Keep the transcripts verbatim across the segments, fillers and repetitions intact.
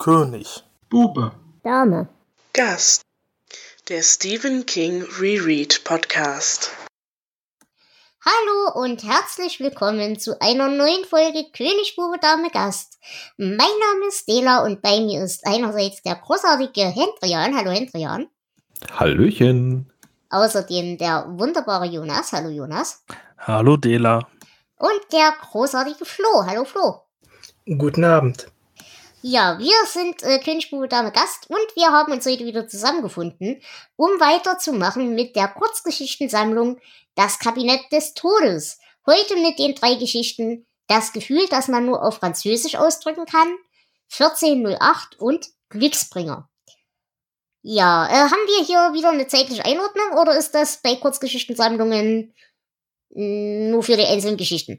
König. Bube. Dame. Gast. Der Stephen King Reread Podcast. Hallo und herzlich willkommen zu einer neuen Folge König, Bube, Dame, Gast. Mein Name ist Dela und bei mir ist einerseits der großartige Hendrian. Hallo Hendrian. Hallöchen. Außerdem der wunderbare Jonas. Hallo Jonas. Hallo Dela. Und der großartige Flo. Hallo Flo. Guten Abend. Ja, wir sind äh, König, Bube, Dame, Gast und wir haben uns heute wieder zusammengefunden, um weiterzumachen mit der Kurzgeschichtensammlung Das Kabinett des Todes. Heute mit den drei Geschichten Das Gefühl, das man nur auf Französisch ausdrücken kann, vierzehn null acht und Glücksbringer. Ja, äh, haben wir hier wieder eine zeitliche Einordnung oder ist das bei Kurzgeschichtensammlungen mh, nur für die einzelnen Geschichten?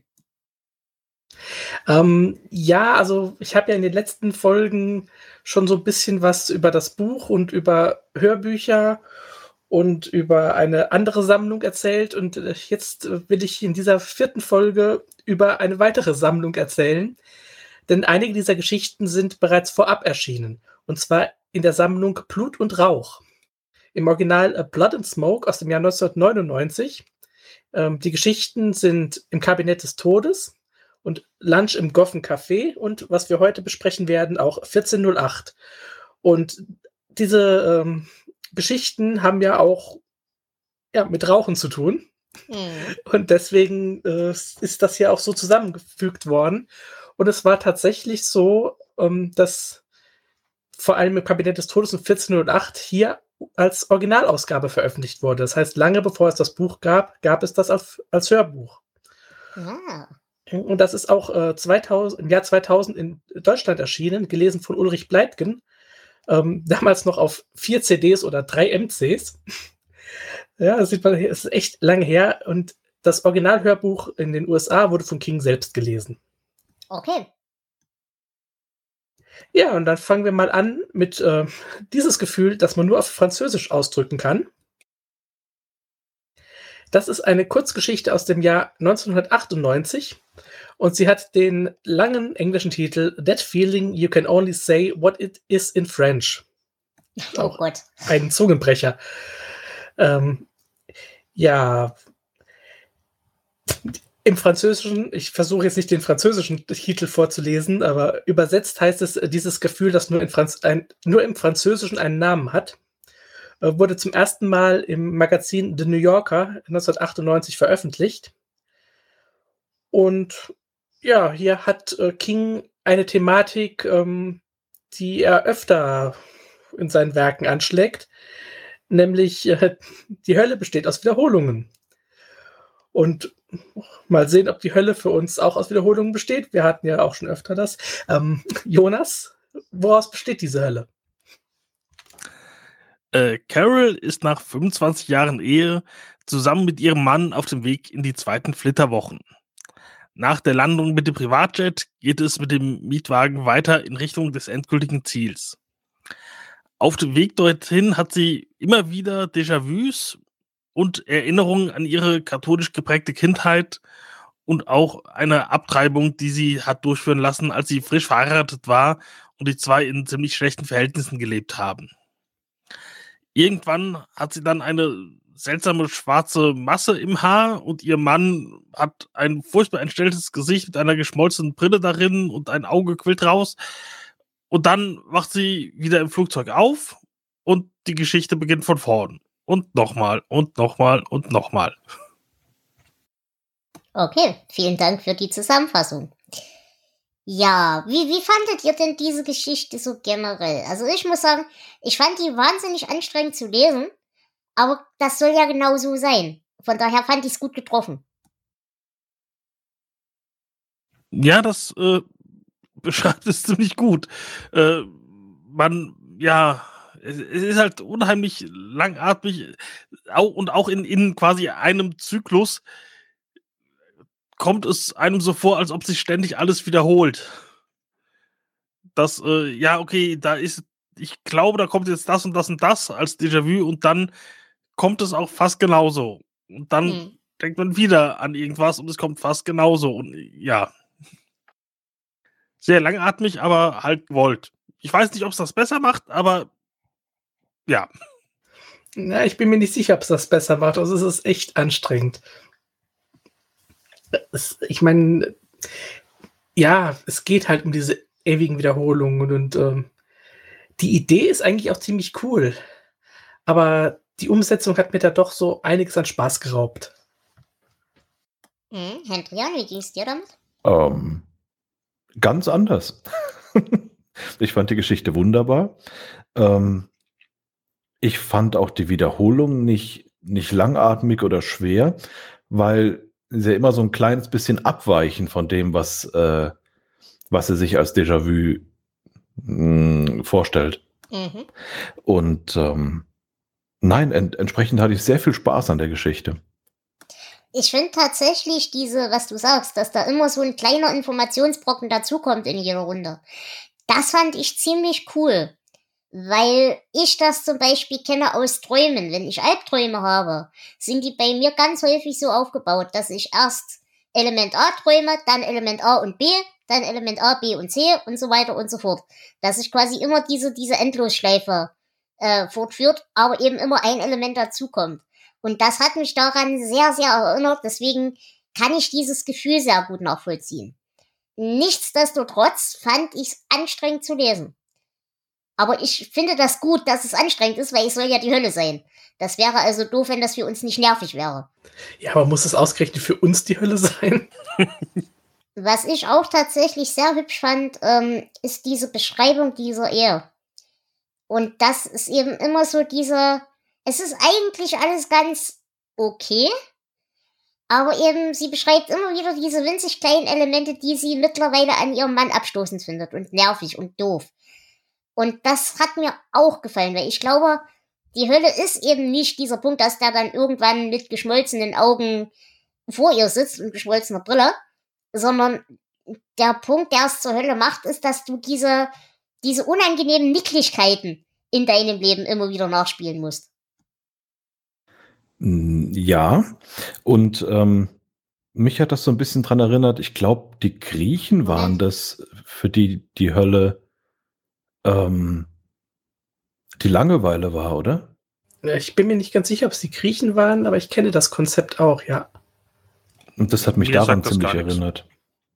Ähm, ja, also ich habe ja in den letzten Folgen schon so ein bisschen was über das Buch und über Hörbücher und über eine andere Sammlung erzählt. Und jetzt will ich in dieser vierten Folge über eine weitere Sammlung erzählen. Denn einige dieser Geschichten sind bereits vorab erschienen. Und zwar in der Sammlung Blut und Rauch. Im Original Blood and Smoke aus dem Jahr neunzehnhundertneunundneunzig. Ähm, die Geschichten sind Im Kabinett des Todes und Lunch im Goffen Café und was wir heute besprechen werden, auch vierzehn null acht. Und diese ähm, Geschichten haben ja auch ja, mit Rauchen zu tun. Mhm. Und deswegen äh, ist das ja auch so zusammengefügt worden. Und es war tatsächlich so, ähm, dass vor allem im Kabinett des Todes und vierzehn null acht hier als Originalausgabe veröffentlicht wurde. Das heißt, lange bevor es das Buch gab, gab es das als, als Hörbuch. Ja. Und das ist auch äh, zweitausend, im Jahr zweitausend in Deutschland erschienen, gelesen von Ulrich Bleitgen. Ähm, damals noch auf vier C Ds oder drei M Cs. Ja, das sieht man, es ist echt lange her. Und das Originalhörbuch in den U S A wurde von King selbst gelesen. Okay. Ja, und dann fangen wir mal an mit äh, dieses Gefühl, das man nur auf Französisch ausdrücken kann. Das ist eine Kurzgeschichte aus dem Jahr neunzehnhundertachtundneunzig und sie hat den langen englischen Titel That Feeling You Can Only Say What It Is in French. Oh Auch Gott. Ein Zungenbrecher. Ähm, ja, im Französischen, ich versuche jetzt nicht den französischen Titel vorzulesen, aber übersetzt heißt es, dieses Gefühl, das nur, in Franz- ein, nur im Französischen einen Namen hat, wurde zum ersten Mal im Magazin The New Yorker neunzehnhundertachtundneunzig veröffentlicht. Und ja, hier hat äh, King eine Thematik, ähm, die er öfter in seinen Werken anschlägt, nämlich äh, die Hölle besteht aus Wiederholungen. Und mal sehen, ob die Hölle für uns auch aus Wiederholungen besteht. Wir hatten ja auch schon öfter das. Ähm, Jonas, woraus besteht diese Hölle? Äh, Carol ist nach fünfundzwanzig Jahren Ehe zusammen mit ihrem Mann auf dem Weg in die zweiten Flitterwochen. Nach der Landung mit dem Privatjet geht es mit dem Mietwagen weiter in Richtung des endgültigen Ziels. Auf dem Weg dorthin hat sie immer wieder Déjà-vus und Erinnerungen an ihre katholisch geprägte Kindheit und auch eine Abtreibung, die sie hat durchführen lassen, als sie frisch verheiratet war und die zwei in ziemlich schlechten Verhältnissen gelebt haben. Irgendwann hat sie dann eine seltsame schwarze Masse im Haar und ihr Mann hat ein furchtbar entstelltes Gesicht mit einer geschmolzenen Brille darin und ein Auge quillt raus. Und dann wacht sie wieder im Flugzeug auf und die Geschichte beginnt von vorn. Und nochmal und nochmal und nochmal. Okay, vielen Dank für die Zusammenfassung. Ja, wie, wie fandet ihr denn diese Geschichte so generell? Also ich muss sagen, ich fand die wahnsinnig anstrengend zu lesen, aber das soll ja genau so sein. Von daher fand ich es gut getroffen. Ja, das äh, beschreibt es ziemlich gut. Äh, man, ja, es, es ist halt unheimlich langatmig auch, und auch in, in quasi einem Zyklus kommt es einem so vor, als ob sich ständig alles wiederholt. Das, äh, ja, okay, da ist, ich glaube, da kommt jetzt das und das und das als Déjà-vu und dann kommt es auch fast genauso. Und dann hm. denkt man wieder an irgendwas und es kommt fast genauso. Und ja, Sehr langatmig, aber halt gewollt. Ich weiß nicht, ob es das besser macht, aber ja. Na, ich bin mir nicht sicher, ob es das besser macht. Also es ist echt anstrengend. Es, ich meine, ja, es geht halt um diese ewigen Wiederholungen und, und ähm, die Idee ist eigentlich auch ziemlich cool. Aber die Umsetzung hat mir da doch so einiges an Spaß geraubt. Hm, Hendrian, wie ging's dir damit? Ähm, ganz anders. Ich fand die Geschichte wunderbar. Ähm, ich fand auch die Wiederholung nicht, nicht langatmig oder schwer, weil sie immer so ein kleines bisschen abweichen von dem, was, äh, was sie sich als Déjà-vu mh, vorstellt. Mhm. Und ähm, nein, ent- entsprechend hatte ich sehr viel Spaß an der Geschichte. Ich finde tatsächlich diese, was du sagst, dass da immer so ein kleiner Informationsbrocken dazukommt in jeder Runde. Das fand ich ziemlich cool, weil ich das zum Beispiel kenne aus Träumen. Wenn ich Albträume habe, sind die bei mir ganz häufig so aufgebaut, dass ich erst Element A träume, dann Element A und B, dann Element A, B und C und so weiter und so fort. Dass sich quasi immer diese, diese Endlosschleife äh, fortführt, aber eben immer ein Element dazukommt. Und das hat mich daran sehr, sehr erinnert. Deswegen kann ich dieses Gefühl sehr gut nachvollziehen. Nichtsdestotrotz fand ich es anstrengend zu lesen. Aber ich finde das gut, dass es anstrengend ist, weil es soll ja die Hölle sein. Das wäre also doof, wenn das für uns nicht nervig wäre. Ja, aber muss es ausgerechnet für uns die Hölle sein? Was ich auch tatsächlich sehr hübsch fand, ähm, ist diese Beschreibung dieser Ehe. Und das ist eben immer so diese... Es ist eigentlich alles ganz okay, aber eben sie beschreibt immer wieder diese winzig kleinen Elemente, die sie mittlerweile an ihrem Mann abstoßend findet und nervig und doof. Und das hat mir auch gefallen, weil ich glaube, die Hölle ist eben nicht dieser Punkt, dass der dann irgendwann mit geschmolzenen Augen vor ihr sitzt und geschmolzener Brille, sondern der Punkt, der es zur Hölle macht, ist, dass du diese, diese unangenehmen Nicklichkeiten in deinem Leben immer wieder nachspielen musst. Ja, und ähm, mich hat das so ein bisschen dran erinnert, ich glaube, die Griechen waren Moment. das, für die die Hölle ähm, die Langeweile war, oder? Ich bin mir nicht ganz sicher, ob es die Griechen waren, aber ich kenne das Konzept auch, ja. Und das hat mich Mir daran sagt das ziemlich gar nichts. erinnert.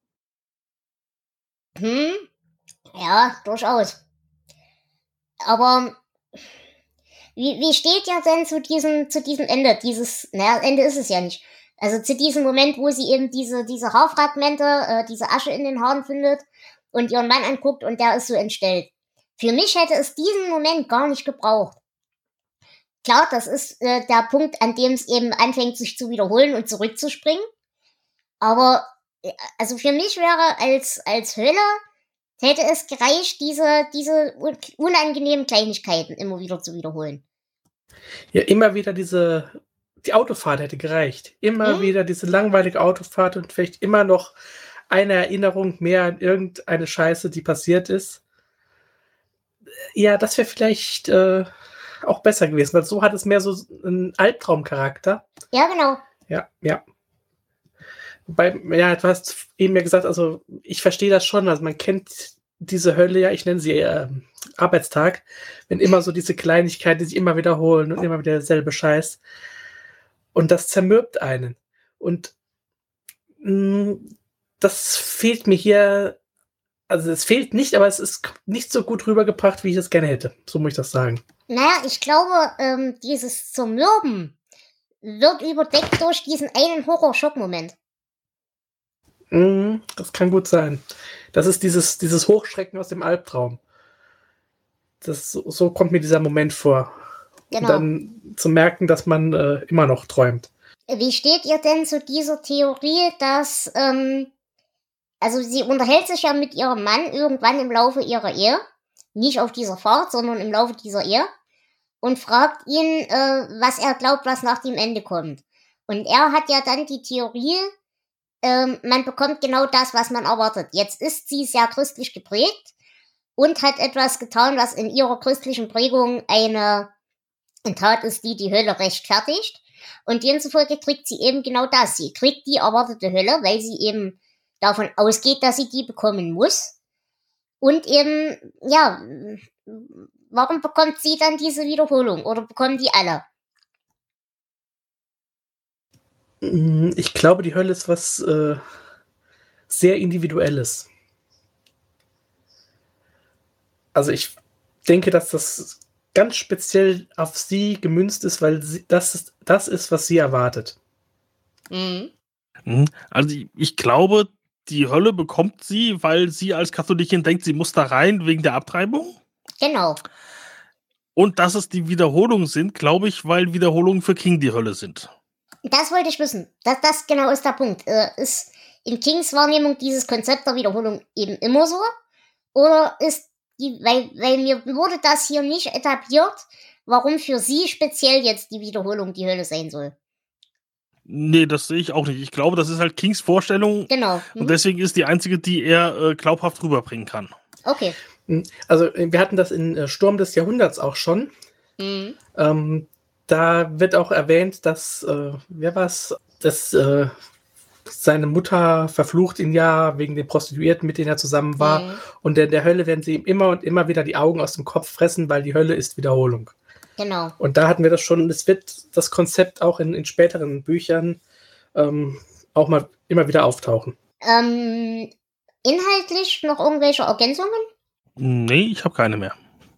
Hm, ja, durchaus. Aber wie, wie steht ihr denn zu diesem, zu diesem Ende? Dieses, naja, Ende ist es ja nicht. Also zu diesem Moment, wo sie eben diese, diese Haarfragmente, äh, diese Asche in den Haaren findet und ihren Mann anguckt und der ist so entstellt. Für mich hätte es diesen Moment gar nicht gebraucht. Klar, das ist äh, der Punkt, an dem es eben anfängt, sich zu wiederholen und zurückzuspringen. Aber äh, also für mich wäre als, als Hölle hätte es gereicht, diese, diese unangenehmen Kleinigkeiten immer wieder zu wiederholen. Ja, immer wieder diese, die Autofahrt hätte gereicht. Immer Hm? wieder diese langweilige Autofahrt und vielleicht immer noch eine Erinnerung mehr an irgendeine Scheiße, die passiert ist. Ja, das wäre vielleicht äh, auch besser gewesen, weil so hat es mehr so einen Albtraumcharakter. Ja, genau. Ja, ja. Wobei, ja, du hast eben ja gesagt, also ich verstehe das schon, also man kennt diese Hölle ja, ich nenne sie äh, Arbeitstag, wenn immer so diese Kleinigkeiten sich immer wiederholen und immer wieder derselbe Scheiß. Und das zermürbt einen. Und mh, das fehlt mir hier, also es fehlt nicht, aber es ist nicht so gut rübergebracht, wie ich es gerne hätte. So muss ich das sagen. Naja, ich glaube, ähm, dieses Zermürben wird überdeckt durch diesen einen Horror-Schock-Moment. Mhm, das kann gut sein. Das ist dieses, dieses Hochschrecken aus dem Albtraum. Das, so, so kommt mir dieser Moment vor. Genau. Und dann zu merken, dass man äh, immer noch träumt. Wie steht ihr denn zu dieser Theorie, dass, ähm, also sie unterhält sich ja mit ihrem Mann irgendwann im Laufe ihrer Ehe, nicht auf dieser Fahrt, sondern im Laufe dieser Ehe, und fragt ihn, äh, was er glaubt, was nach dem Ende kommt. Und er hat ja dann die Theorie, ähm, man bekommt genau das, was man erwartet. Jetzt ist sie sehr christlich geprägt und hat etwas getan, was in ihrer christlichen Prägung eine Tat ist, die die Hölle rechtfertigt. Und demzufolge kriegt sie eben genau das. Sie kriegt die erwartete Hölle, weil sie eben davon ausgeht, dass sie die bekommen muss. Und sie Und eben, ja, warum bekommt sie dann diese Wiederholung? Oder bekommen die alle? Ich glaube, die Hölle ist was äh, sehr Individuelles. Also ich denke, dass das ganz speziell auf sie gemünzt ist, weil sie, das, ist, das ist, was sie erwartet. Mhm. Also ich, ich glaube, die Hölle bekommt sie, weil sie als Katholikin denkt, sie muss da rein wegen der Abtreibung. Genau. Und dass es die Wiederholungen sind, glaube ich, weil Wiederholungen für King die Hölle sind. Das wollte ich wissen. Das, das genau ist der Punkt. Äh, ist in Kings Wahrnehmung dieses Konzept der Wiederholung eben immer so? Oder ist die, weil, weil mir wurde das hier nicht etabliert, warum für sie speziell jetzt die Wiederholung die Hölle sein soll? Nee, das sehe ich auch nicht. Ich glaube, das ist halt Kings Vorstellung. Genau. Mhm. Und deswegen ist die einzige, die er äh, glaubhaft rüberbringen kann. Okay. Also wir hatten das in äh, Sturm des Jahrhunderts auch schon. Mhm. Ähm, da wird auch erwähnt, dass, äh, wer war's, dass äh, seine Mutter verflucht ihn ja wegen den Prostituierten, mit denen er zusammen war. Mhm. Und in der Hölle werden sie ihm immer und immer wieder die Augen aus dem Kopf fressen, weil die Hölle ist Wiederholung. Genau. Und da hatten wir das schon. Es wird das Konzept auch in, in späteren Büchern ähm, auch mal immer wieder auftauchen. Ähm, inhaltlich noch irgendwelche Ergänzungen? Nee, ich habe keine mehr.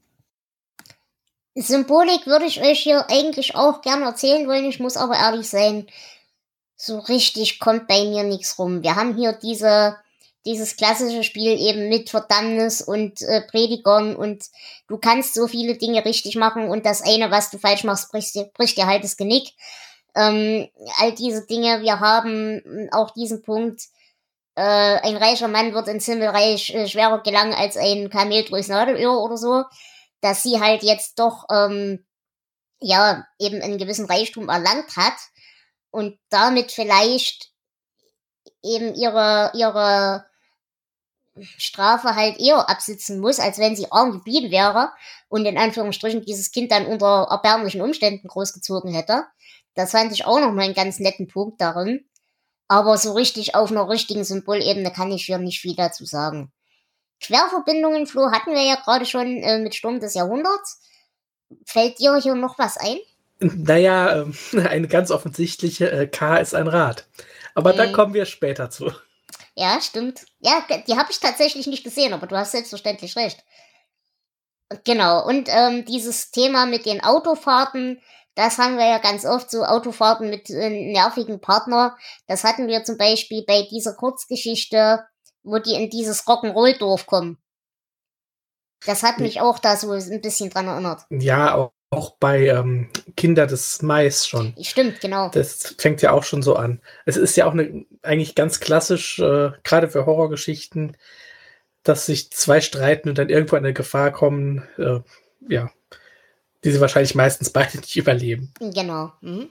Symbolik würde ich euch hier eigentlich auch gerne erzählen wollen. Ich muss aber ehrlich sein, so richtig kommt bei mir nichts rum. Wir haben hier diese, dieses klassische Spiel eben mit Verdammnis und äh, Predigern und du kannst so viele Dinge richtig machen und das eine, was du falsch machst, bricht dir, bricht dir halt das Genick. Ähm, all diese Dinge, wir haben auch diesen Punkt, äh, ein reicher Mann wird ins Himmelreich äh, schwerer gelangen als ein Kamel durchs Nadelöhr oder so, dass sie halt jetzt doch, ähm, ja, eben einen gewissen Reichtum erlangt hat und damit vielleicht eben ihre, ihre Strafe halt eher absitzen muss, als wenn sie arm geblieben wäre und in Anführungsstrichen dieses Kind dann unter erbärmlichen Umständen großgezogen hätte. Das fand ich auch noch mal einen ganz netten Punkt darin. Aber so richtig auf einer richtigen Symbolebene kann ich hier nicht viel dazu sagen. Querverbindungen, Flo, hatten wir ja gerade schon äh, mit Sturm des Jahrhunderts. Fällt dir hier noch was ein? Naja, ähm, eine ganz offensichtliche, äh, K ist ein Rad. Aber mhm. da kommen wir später zu. Ja, stimmt. Ja, die habe ich tatsächlich nicht gesehen, aber du hast selbstverständlich recht. Genau, und ähm, dieses Thema mit den Autofahrten, das haben wir ja ganz oft, so Autofahrten mit äh, nervigen Partner. Das hatten wir zum Beispiel bei dieser Kurzgeschichte, wo die in dieses Rock'n'Roll-Dorf kommen. Das hat mich auch da so ein bisschen dran erinnert. Ja, auch, auch bei ähm, Kinder des Mais schon. Stimmt, genau. Das fängt ja auch schon so an. Es ist ja auch eine, eigentlich ganz klassisch, äh, gerade für Horrorgeschichten, dass sich zwei streiten und dann irgendwo in eine Gefahr kommen, äh, ja, die sie wahrscheinlich meistens beide nicht überleben. Genau. Mhm.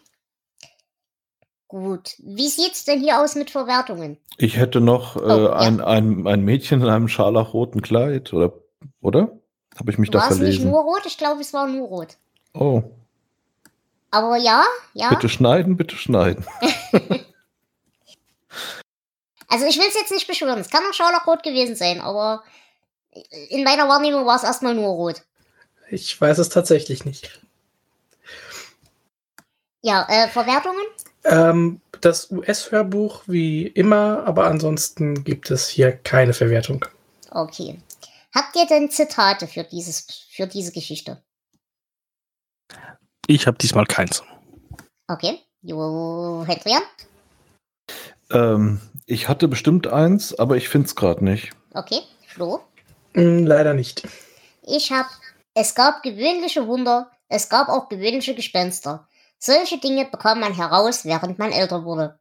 Gut. Wie sieht's denn hier aus mit Verwertungen? Ich hätte noch äh, Oh, ja. ein, ein, ein Mädchen in einem scharlachroten Kleid, oder? Oder? Habe ich mich da War es verlesen? nicht nur rot? Ich glaube, es war nur rot. Oh, Aber ja, ja. bitte schneiden, bitte schneiden. Also ich will es jetzt nicht beschwören. Es kann auch scharlachrot gewesen sein, aber in meiner Wahrnehmung war es erstmal nur rot. Ich weiß es tatsächlich nicht. Ja, äh, Verwertungen? Ähm, das U S-Hörbuch wie immer, aber ansonsten gibt es hier keine Verwertung. Okay. Habt ihr denn Zitate für dieses, für diese Geschichte? Ich habe diesmal keins. Okay. Jo, Hadrian? Ähm, ich hatte bestimmt eins, aber ich finde es gerade nicht. Okay. Flo? Mm, leider nicht. Ich hab, es gab gewöhnliche Wunder, es gab auch gewöhnliche Gespenster. Solche Dinge bekam man heraus, während man älter wurde.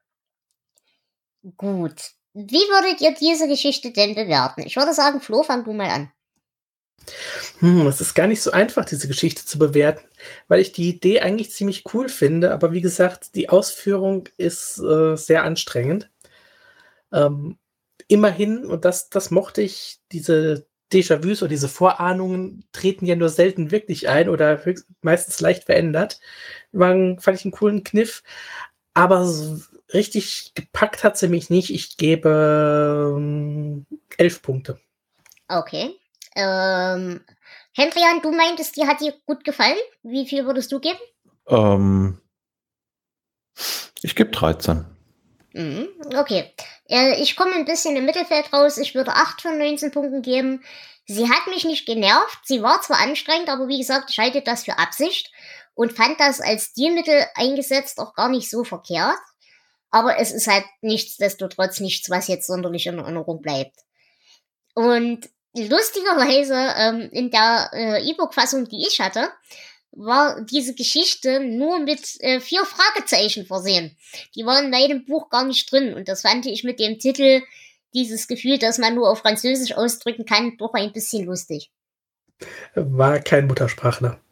Gut. Wie würdet ihr diese Geschichte denn bewerten? Ich würde sagen, Flo, fang du mal an. Hm, es ist gar nicht so einfach, diese Geschichte zu bewerten, weil ich die Idee eigentlich ziemlich cool finde, aber wie gesagt, die Ausführung ist äh, sehr anstrengend. Ähm, immerhin, und das, das mochte ich, diese Déjà-vus oder diese Vorahnungen treten ja nur selten wirklich ein oder höchst, meistens leicht verändert. War, fand ich einen coolen Kniff, aber so richtig gepackt hat sie mich nicht. Ich gebe ähm, elf Punkte. Okay. Ähm, Hendrian, du meintest, die hat dir gut gefallen. Wie viel würdest du geben? Ähm, ich gebe dreizehn. Mhm, okay. Äh, ich komme ein bisschen im Mittelfeld raus. Ich würde acht von neunzehn Punkten geben. Sie hat mich nicht genervt. Sie war zwar anstrengend, aber wie gesagt, ich halte das für Absicht und fand das als Stilmittel eingesetzt auch gar nicht so verkehrt. Aber es ist halt nichtsdestotrotz nichts, was jetzt sonderlich in Erinnerung bleibt. Und lustigerweise ähm, in der äh, E-Book-Fassung, die ich hatte, war diese Geschichte nur mit äh, vier Fragezeichen versehen. Die waren in meinem Buch gar nicht drin. Und das fand ich mit dem Titel, dieses Gefühl, dass man nur auf Französisch ausdrücken kann, doch ein bisschen lustig. War kein Muttersprachler.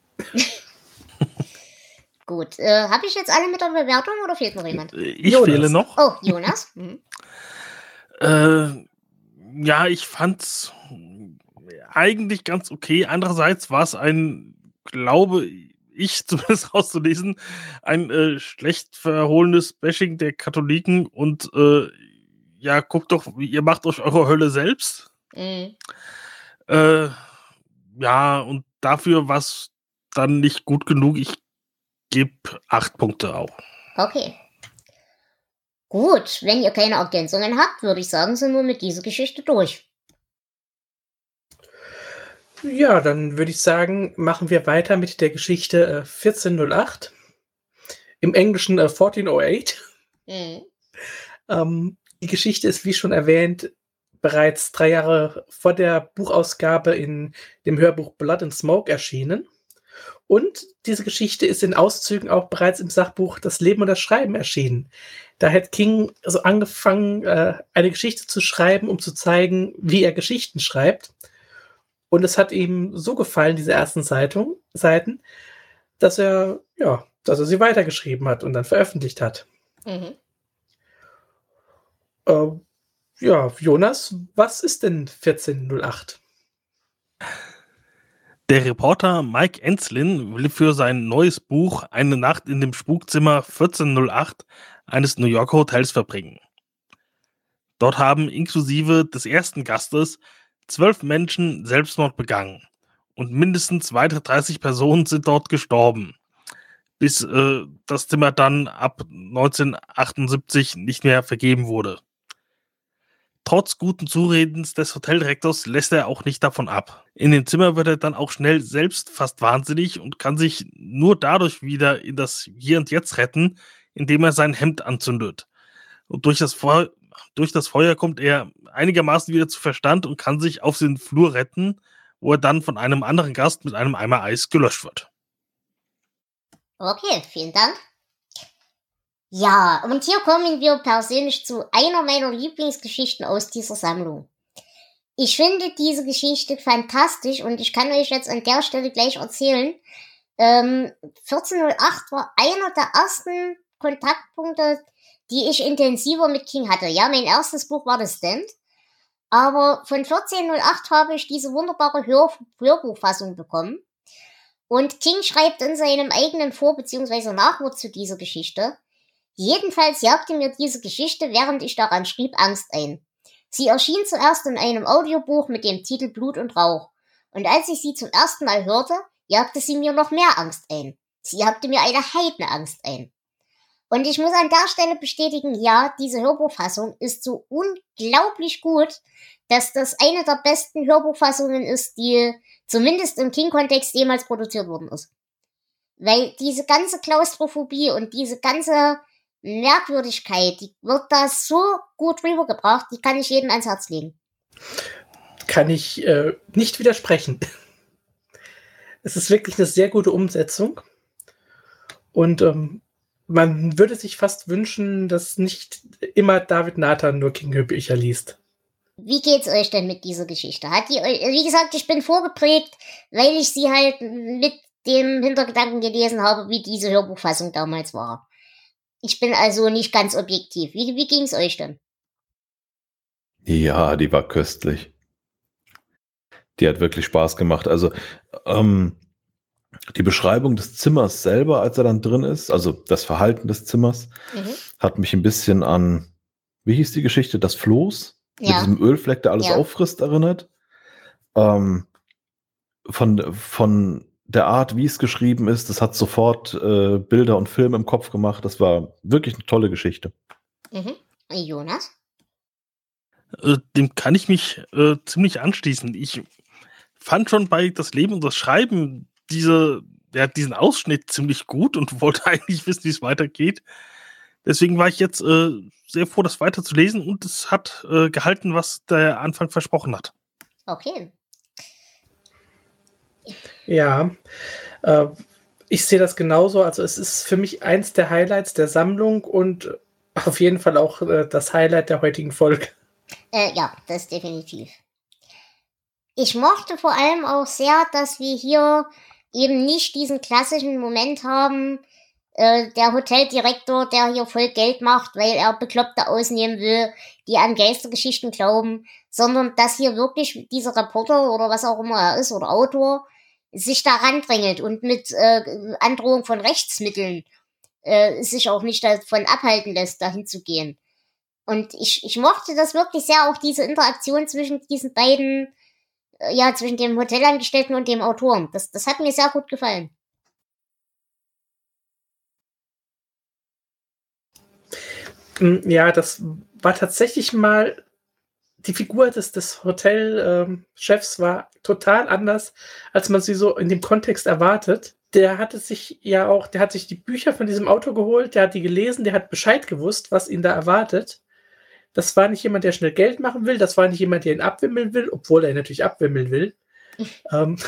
Gut, äh, habe ich jetzt alle mit der Bewertung oder fehlt noch jemand? Ich Jonas. fehle noch. Oh, Jonas. Mhm. Äh, ja, ich fand's eigentlich ganz okay. Andererseits war es ein, glaube ich zumindest rauszulesen, ein äh, schlecht verhohlenes Bashing der Katholiken und äh, ja, guckt doch, ihr macht euch eure Hölle selbst. Mhm. Äh, ja, und dafür war es dann nicht gut genug. Ich gebe acht Punkte auch. Okay. Gut, wenn ihr keine Ergänzungen habt, würde ich sagen, sind wir mit dieser Geschichte durch. Ja, dann würde ich sagen, machen wir weiter mit der Geschichte äh, vierzehn null acht. Im Englischen äh, vierzehn null acht. Mhm. Ähm, die Geschichte ist, wie schon erwähnt, bereits drei Jahre vor der Buchausgabe in dem Hörbuch Blood and Smoke erschienen. Und diese Geschichte ist in Auszügen auch bereits im Sachbuch Das Leben und das Schreiben erschienen. Da hat King so angefangen, äh, eine Geschichte zu schreiben, um zu zeigen, wie er Geschichten schreibt. Und es hat ihm so gefallen, diese ersten Zeitung, Seiten, dass er, ja, dass er sie weitergeschrieben hat und dann veröffentlicht hat. Mhm. Äh, ja, Jonas, was ist denn vierzehn null acht? Der Reporter Mike Enslin will für sein neues Buch eine Nacht in dem Spukzimmer vierzehn null acht eines New Yorker Hotels verbringen. Dort haben inklusive des ersten Gastes zwölf Menschen Selbstmord begangen und mindestens weitere dreißig Personen sind dort gestorben, bis äh, das Zimmer dann ab neunzehnhundertachtundsiebzig nicht mehr vergeben wurde. Trotz guten Zuredens des Hoteldirektors lässt er auch nicht davon ab. In dem Zimmer wird er dann auch schnell selbst fast wahnsinnig und kann sich nur dadurch wieder in das Hier und Jetzt retten, indem er sein Hemd anzündet. Und durch das, Feu- durch das Feuer kommt er einigermaßen wieder zu Verstand und kann sich auf den Flur retten, wo er dann von einem anderen Gast mit einem Eimer Eis gelöscht wird. Okay, vielen Dank. Ja, und hier kommen wir persönlich zu einer meiner Lieblingsgeschichten aus dieser Sammlung. Ich finde diese Geschichte fantastisch und ich kann euch jetzt an der Stelle gleich erzählen. Ähm, vierzehn null acht war einer der ersten Kontaktpunkte, die ich intensiver mit King hatte. Ja, mein erstes Buch war The Stand, aber von vierzehn null acht habe ich diese wunderbare Hör- Hörbuchfassung bekommen. Und King schreibt in seinem eigenen Vor- bzw. Nachwort zu dieser Geschichte: Jedenfalls jagte mir diese Geschichte, während ich daran schrieb, Angst ein. Sie erschien zuerst in einem Audiobuch mit dem Titel Blut und Rauch. Und als ich sie zum ersten Mal hörte, jagte sie mir noch mehr Angst ein. Sie jagte mir eine Heidenangst ein. Und ich muss an der Stelle bestätigen, ja, diese Hörbuchfassung ist so unglaublich gut, dass das eine der besten Hörbuchfassungen ist, die zumindest im King-Kontext jemals produziert worden ist. Weil diese ganze Klaustrophobie und diese ganze Merkwürdigkeit, die wird da so gut rübergebracht, die kann ich jedem ans Herz legen. Kann ich äh, nicht widersprechen. Es ist wirklich eine sehr gute Umsetzung. Und ähm, man würde sich fast wünschen, dass nicht immer David Nathan nur King-Hörbücher liest. Wie geht's euch denn mit dieser Geschichte? Hat die, wie gesagt, ich bin vorgeprägt, weil ich sie halt mit dem Hintergedanken gelesen habe, wie diese Hörbuchfassung damals war. Ich bin also nicht ganz objektiv. Wie, wie ging's euch denn? Ja, die war köstlich. Die hat wirklich Spaß gemacht. Also ähm, die Beschreibung des Zimmers selber, als er dann drin ist, also das Verhalten des Zimmers, mhm. hat mich ein bisschen an, wie hieß die Geschichte, das Floß? Ja. Mit diesem Ölfleck, der alles ja. auffrisst, erinnert. Ähm, von, von der Art, wie es geschrieben ist, das hat sofort äh, Bilder und Filme im Kopf gemacht. Das war wirklich eine tolle Geschichte. Mhm. Jonas? Äh, dem kann ich mich äh, ziemlich anschließen. Ich fand schon bei Das Leben und das Schreiben diese, ja, diesen Ausschnitt ziemlich gut und wollte eigentlich wissen, wie es weitergeht. Deswegen war ich jetzt äh, sehr froh, das weiter zu lesen, und es hat äh, gehalten, was der Anfang versprochen hat. Okay. Ja, äh, ich sehe das genauso. Also es ist für mich eins der Highlights der Sammlung und auf jeden Fall auch äh, das Highlight der heutigen Folge. Äh, ja, das definitiv. Ich mochte vor allem auch sehr, dass wir hier eben nicht diesen klassischen Moment haben, äh, der Hoteldirektor, der hier voll Geld macht, weil er Bekloppte ausnehmen will, die an Geistergeschichten glauben, sondern dass hier wirklich dieser Reporter oder was auch immer er ist oder Autor sich da randrängelt und mit äh, Androhung von Rechtsmitteln äh, sich auch nicht davon abhalten lässt, dahin zu gehen. Und ich, ich mochte das wirklich sehr, auch diese Interaktion zwischen diesen beiden, äh, ja, zwischen dem Hotelangestellten und dem Autoren. Das, das hat mir sehr gut gefallen. Ja, das war tatsächlich mal, die Figur des, des Hotelchefs ähm, war total anders, als man sie so in dem Kontext erwartet. Der hatte sich ja auch, der hat sich die Bücher von diesem Autor geholt, der hat die gelesen, der hat Bescheid gewusst, was ihn da erwartet. Das war nicht jemand, der schnell Geld machen will, das war nicht jemand, der ihn abwimmeln will, obwohl er natürlich abwimmeln will. ähm,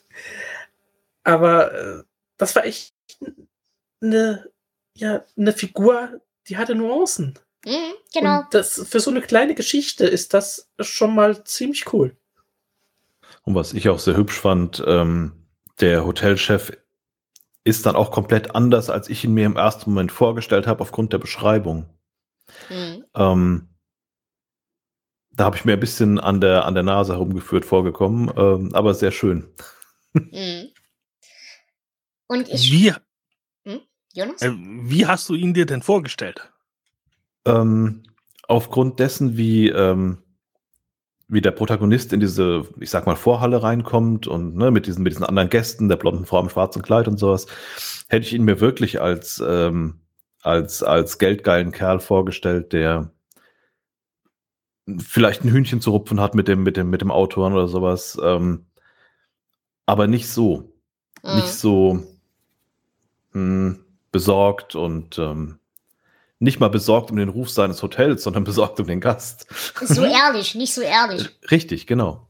aber äh, das war echt eine, ja, eine Figur, die hatte Nuancen. Mhm, genau. Und das, für so eine kleine Geschichte ist das schon mal ziemlich cool. Und was ich auch sehr hübsch fand, ähm, der Hotelchef ist dann auch komplett anders, als ich ihn mir im ersten Moment vorgestellt habe, aufgrund der Beschreibung. Mhm. Ähm, da habe ich mir ein bisschen an der, an der Nase herumgeführt vorgekommen, ähm, aber sehr schön. Mhm. Und ich... Wie, Hm? Jonas? äh, wie hast du ihn dir denn vorgestellt? Ähm, aufgrund dessen, wie, ähm, wie der Protagonist in diese, ich sag mal, Vorhalle reinkommt und ne, mit diesen, mit diesen anderen Gästen, der blonden Frau im schwarzen Kleid und sowas, hätte ich ihn mir wirklich als, ähm, als, als geldgeilen Kerl vorgestellt, der vielleicht ein Hühnchen zu rupfen hat mit dem, mit dem, mit dem Autoren oder sowas, ähm, aber nicht so. Mhm. Nicht so mh, besorgt und ähm, nicht mal besorgt um den Ruf seines Hotels, sondern besorgt um den Gast. So ehrlich, nicht so ehrlich. Richtig, genau.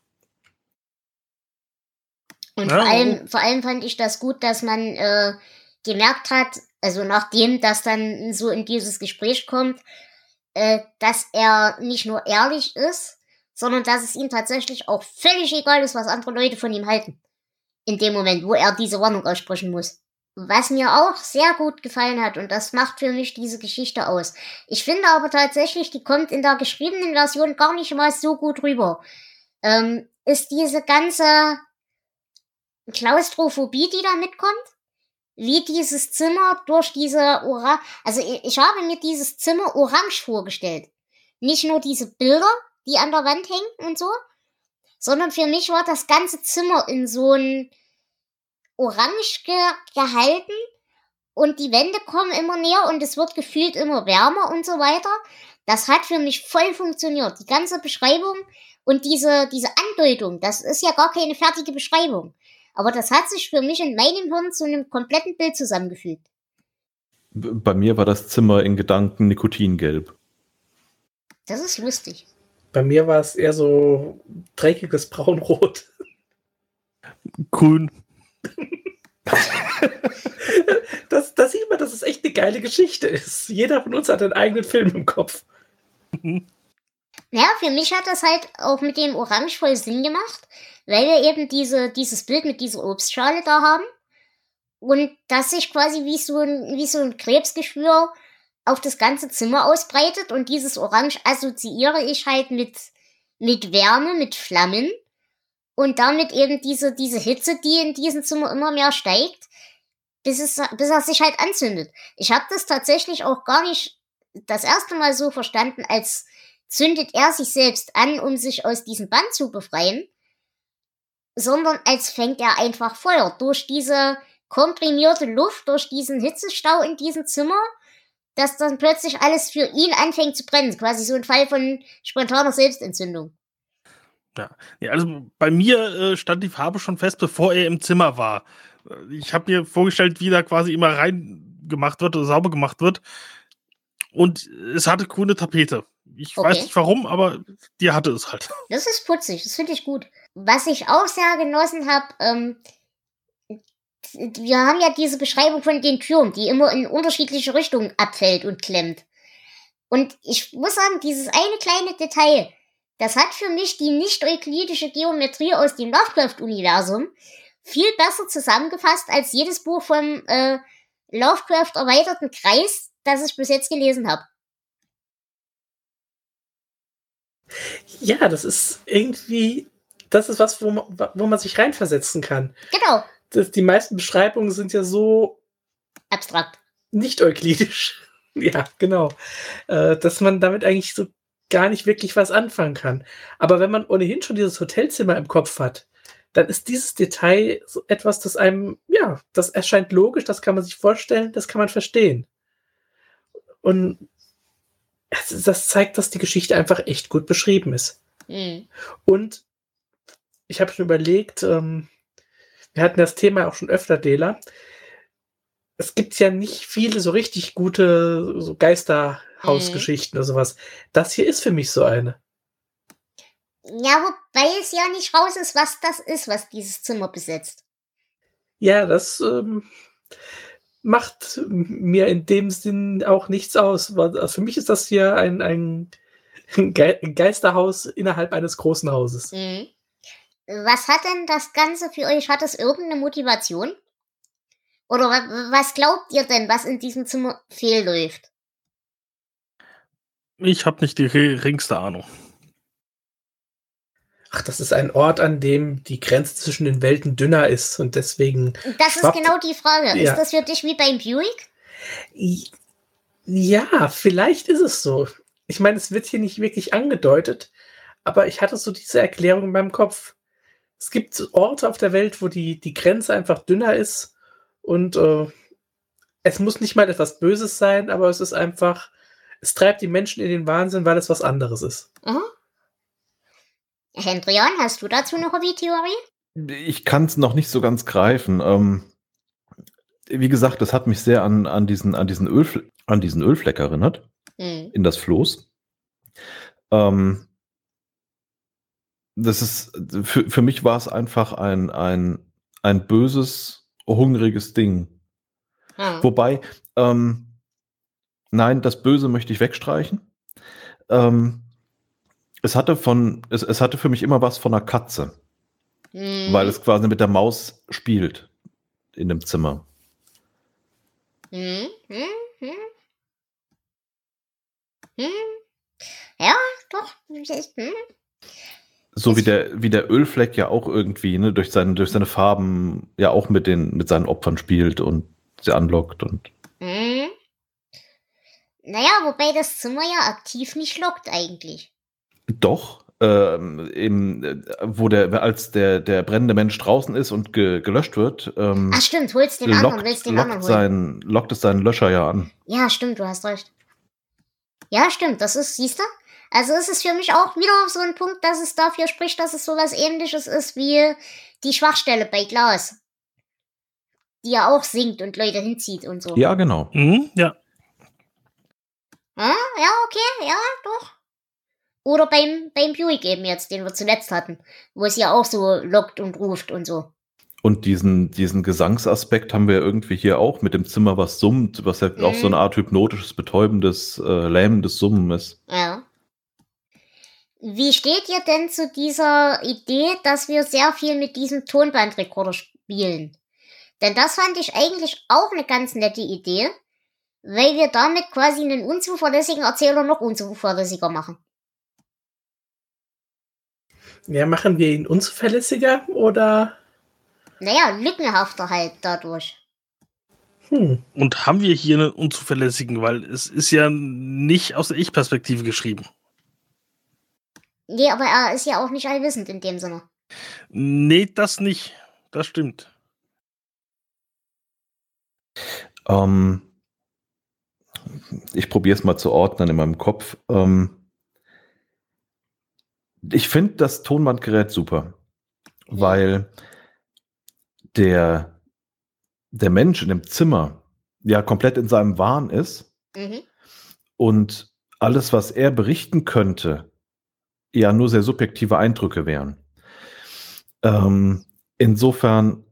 Und Ja, vor allem, vor allem fand ich das gut, dass man äh, gemerkt hat, also nachdem das dann so in dieses Gespräch kommt, äh, dass er nicht nur ehrlich ist, sondern dass es ihm tatsächlich auch völlig egal ist, was andere Leute von ihm halten. In dem Moment, wo er diese Warnung aussprechen muss. Was mir auch sehr gut gefallen hat, und das macht für mich diese Geschichte aus. Ich finde aber tatsächlich, die kommt in der geschriebenen Version gar nicht mal so gut rüber. Ähm, ist diese ganze Klaustrophobie, die da mitkommt, wie dieses Zimmer durch diese Orange, also ich, ich habe mir dieses Zimmer orange vorgestellt. Nicht nur diese Bilder, die an der Wand hängen und so, sondern für mich war das ganze Zimmer in so ein orange ge gehalten und die Wände kommen immer näher und es wird gefühlt immer wärmer und so weiter. Das hat für mich voll funktioniert. Die ganze Beschreibung und diese, diese Andeutung, das ist ja gar keine fertige Beschreibung. Aber das hat sich für mich in meinem Hirn zu einem kompletten Bild zusammengefügt. Bei mir war das Zimmer in Gedanken nikotingelb. Das ist lustig. Bei mir war es eher so dreckiges Braunrot. Grün. das, das sieht man, dass es echt eine geile Geschichte ist. Jeder von uns hat einen eigenen Film im Kopf. Ja, für mich hat das halt auch mit dem Orange voll Sinn gemacht, weil wir eben diese, dieses Bild mit dieser Obstschale da haben und das sich quasi wie so ein, wie so ein Krebsgeschwür auf das ganze Zimmer ausbreitet und dieses Orange assoziiere ich halt mit, mit Wärme, mit Flammen und damit eben diese, diese Hitze, die in diesem Zimmer immer mehr steigt, bis es, bis er sich halt anzündet. Ich habe das tatsächlich auch gar nicht das erste Mal so verstanden, als zündet er sich selbst an, um sich aus diesem Band zu befreien, sondern als fängt er einfach Feuer. Durch diese komprimierte Luft, durch diesen Hitzestau in diesem Zimmer, dass dann plötzlich alles für ihn anfängt zu brennen. Quasi so ein Fall von spontaner Selbstentzündung. Ja, ja also bei mir äh, stand die Farbe schon fest, bevor er im Zimmer war. Ich habe mir vorgestellt, wie da quasi immer reingemacht wird oder sauber gemacht wird. Und es hatte grüne Tapete. Ich Okay. weiß nicht warum, aber die hatte es halt. Das ist putzig, das finde ich gut. Was ich auch sehr genossen habe, ähm, wir haben ja diese Beschreibung von den Türen, die immer in unterschiedliche Richtungen abfällt und klemmt. Und ich muss sagen, dieses eine kleine Detail, das hat für mich die nicht-euklidische Geometrie aus dem Lovecraft-Universum viel besser zusammengefasst als jedes Buch vom äh, Lovecraft-erweiterten Kreis, das ich bis jetzt gelesen habe. Ja, das ist irgendwie, das ist was, wo man, wo man sich reinversetzen kann. Genau, Das, die meisten Beschreibungen sind ja so abstrakt. nicht euklidisch. Ja, genau. Äh, dass man damit eigentlich so gar nicht wirklich was anfangen kann. Aber wenn man ohnehin schon dieses Hotelzimmer im Kopf hat, dann ist dieses Detail so etwas, das einem, ja, das erscheint logisch, das kann man sich vorstellen, das kann man verstehen. Und das, das zeigt, dass die Geschichte einfach echt gut beschrieben ist. Hm. Und ich habe schon überlegt, ähm, wir hatten das Thema auch schon öfter, Dela. Es gibt ja nicht viele so richtig gute so Geisterhausgeschichten oder sowas. Das hier ist für mich so eine. Ja, wobei es ja nicht raus ist, was das ist, was dieses Zimmer besetzt. Ja, das ähm, macht mir in dem Sinn auch nichts aus. Weil, also für mich ist das hier ein, ein Ge- Geisterhaus innerhalb eines großen Hauses. Mhm. Was hat denn das Ganze für euch? Hat es irgendeine Motivation? Oder wa- was glaubt ihr denn, was in diesem Zimmer fehlläuft? Ich habe nicht die geringste Ahnung. Ach, das ist ein Ort, an dem die Grenze zwischen den Welten dünner ist und deswegen. Das ist schwappt- genau die Frage. Ja. Ist das für dich wie beim Buick? Ja, vielleicht ist es so. Ich meine, es wird hier nicht wirklich angedeutet, aber ich hatte so diese Erklärung in meinem Kopf. Es gibt Orte auf der Welt, wo die, die Grenze einfach dünner ist und äh, es muss nicht mal etwas Böses sein, aber es ist einfach, es treibt die Menschen in den Wahnsinn, weil es was anderes ist. Mhm. Hendrian, hast du dazu eine Hobby-Theorie? Ich kann es noch nicht so ganz greifen. Ähm, wie gesagt, das hat mich sehr an, an, diesen, an, diesen Ölfle- an diesen Ölfleck erinnert, Hm. in das Floß. Ähm, das ist, für, für mich war es einfach ein, ein, ein böses, hungriges Ding. Hm. Wobei, ähm, nein, das Böse möchte ich wegstreichen. Ähm, es hatte von, es, es hatte für mich immer was von einer Katze, Hm. weil es quasi mit der Maus spielt in dem Zimmer. Hm. Hm. Hm. Hm. Ja, doch. Hm. So wie der, wie der Ölfleck ja auch irgendwie, ne, durch seine, durch seine Farben ja auch mit den, mit seinen Opfern spielt und sie anlockt und. Hm. Naja, wobei das Zimmer ja aktiv nicht lockt eigentlich. Doch, ähm, eben, äh, wo der, als der, der brennende Mensch draußen ist und ge, gelöscht wird, ähm, Ach stimmt, holst den anderen, lockt, willst den anderen lockt, holen. sein, lockt es seinen Löscher ja an. Ja, stimmt, du hast recht. Ja, stimmt, das ist, siehst du? Also es ist für mich auch wieder so ein Punkt, dass es dafür spricht, dass es sowas Ähnliches ist wie die Schwachstelle bei Glas. Die ja auch sinkt und Leute hinzieht und so. Ja, genau. Mhm, ja. Ah, ja, okay, ja, doch. Oder beim, beim Buick eben jetzt, den wir zuletzt hatten. Wo es ja auch so lockt und ruft und so. Und diesen, diesen Gesangsaspekt haben wir ja irgendwie hier auch mit dem Zimmer, was summt, was ja Mhm. auch so eine Art hypnotisches, betäubendes, äh, lähmendes Summen ist. Ja. Wie steht ihr denn zu dieser Idee, dass wir sehr viel mit diesem Tonbandrekorder spielen? Denn das fand ich eigentlich auch eine ganz nette Idee, weil wir damit quasi einen unzuverlässigen Erzähler noch unzuverlässiger machen. Ja, machen wir ihn unzuverlässiger oder? Naja, lückenhafter halt dadurch. Hm. Und haben wir hier einen unzuverlässigen, weil es ist ja nicht aus der Ich-Perspektive geschrieben. Nee, aber er ist ja auch nicht allwissend in dem Sinne. Nee, das nicht. Das stimmt. Ähm, ich probiere es mal zu ordnen in meinem Kopf. Ähm, ich finde das Tonbandgerät super, Ja. weil der, der Mensch in dem Zimmer ja komplett in seinem Wahn ist Mhm. und alles, was er berichten könnte, ja nur sehr subjektive Eindrücke wären. Ähm, insofern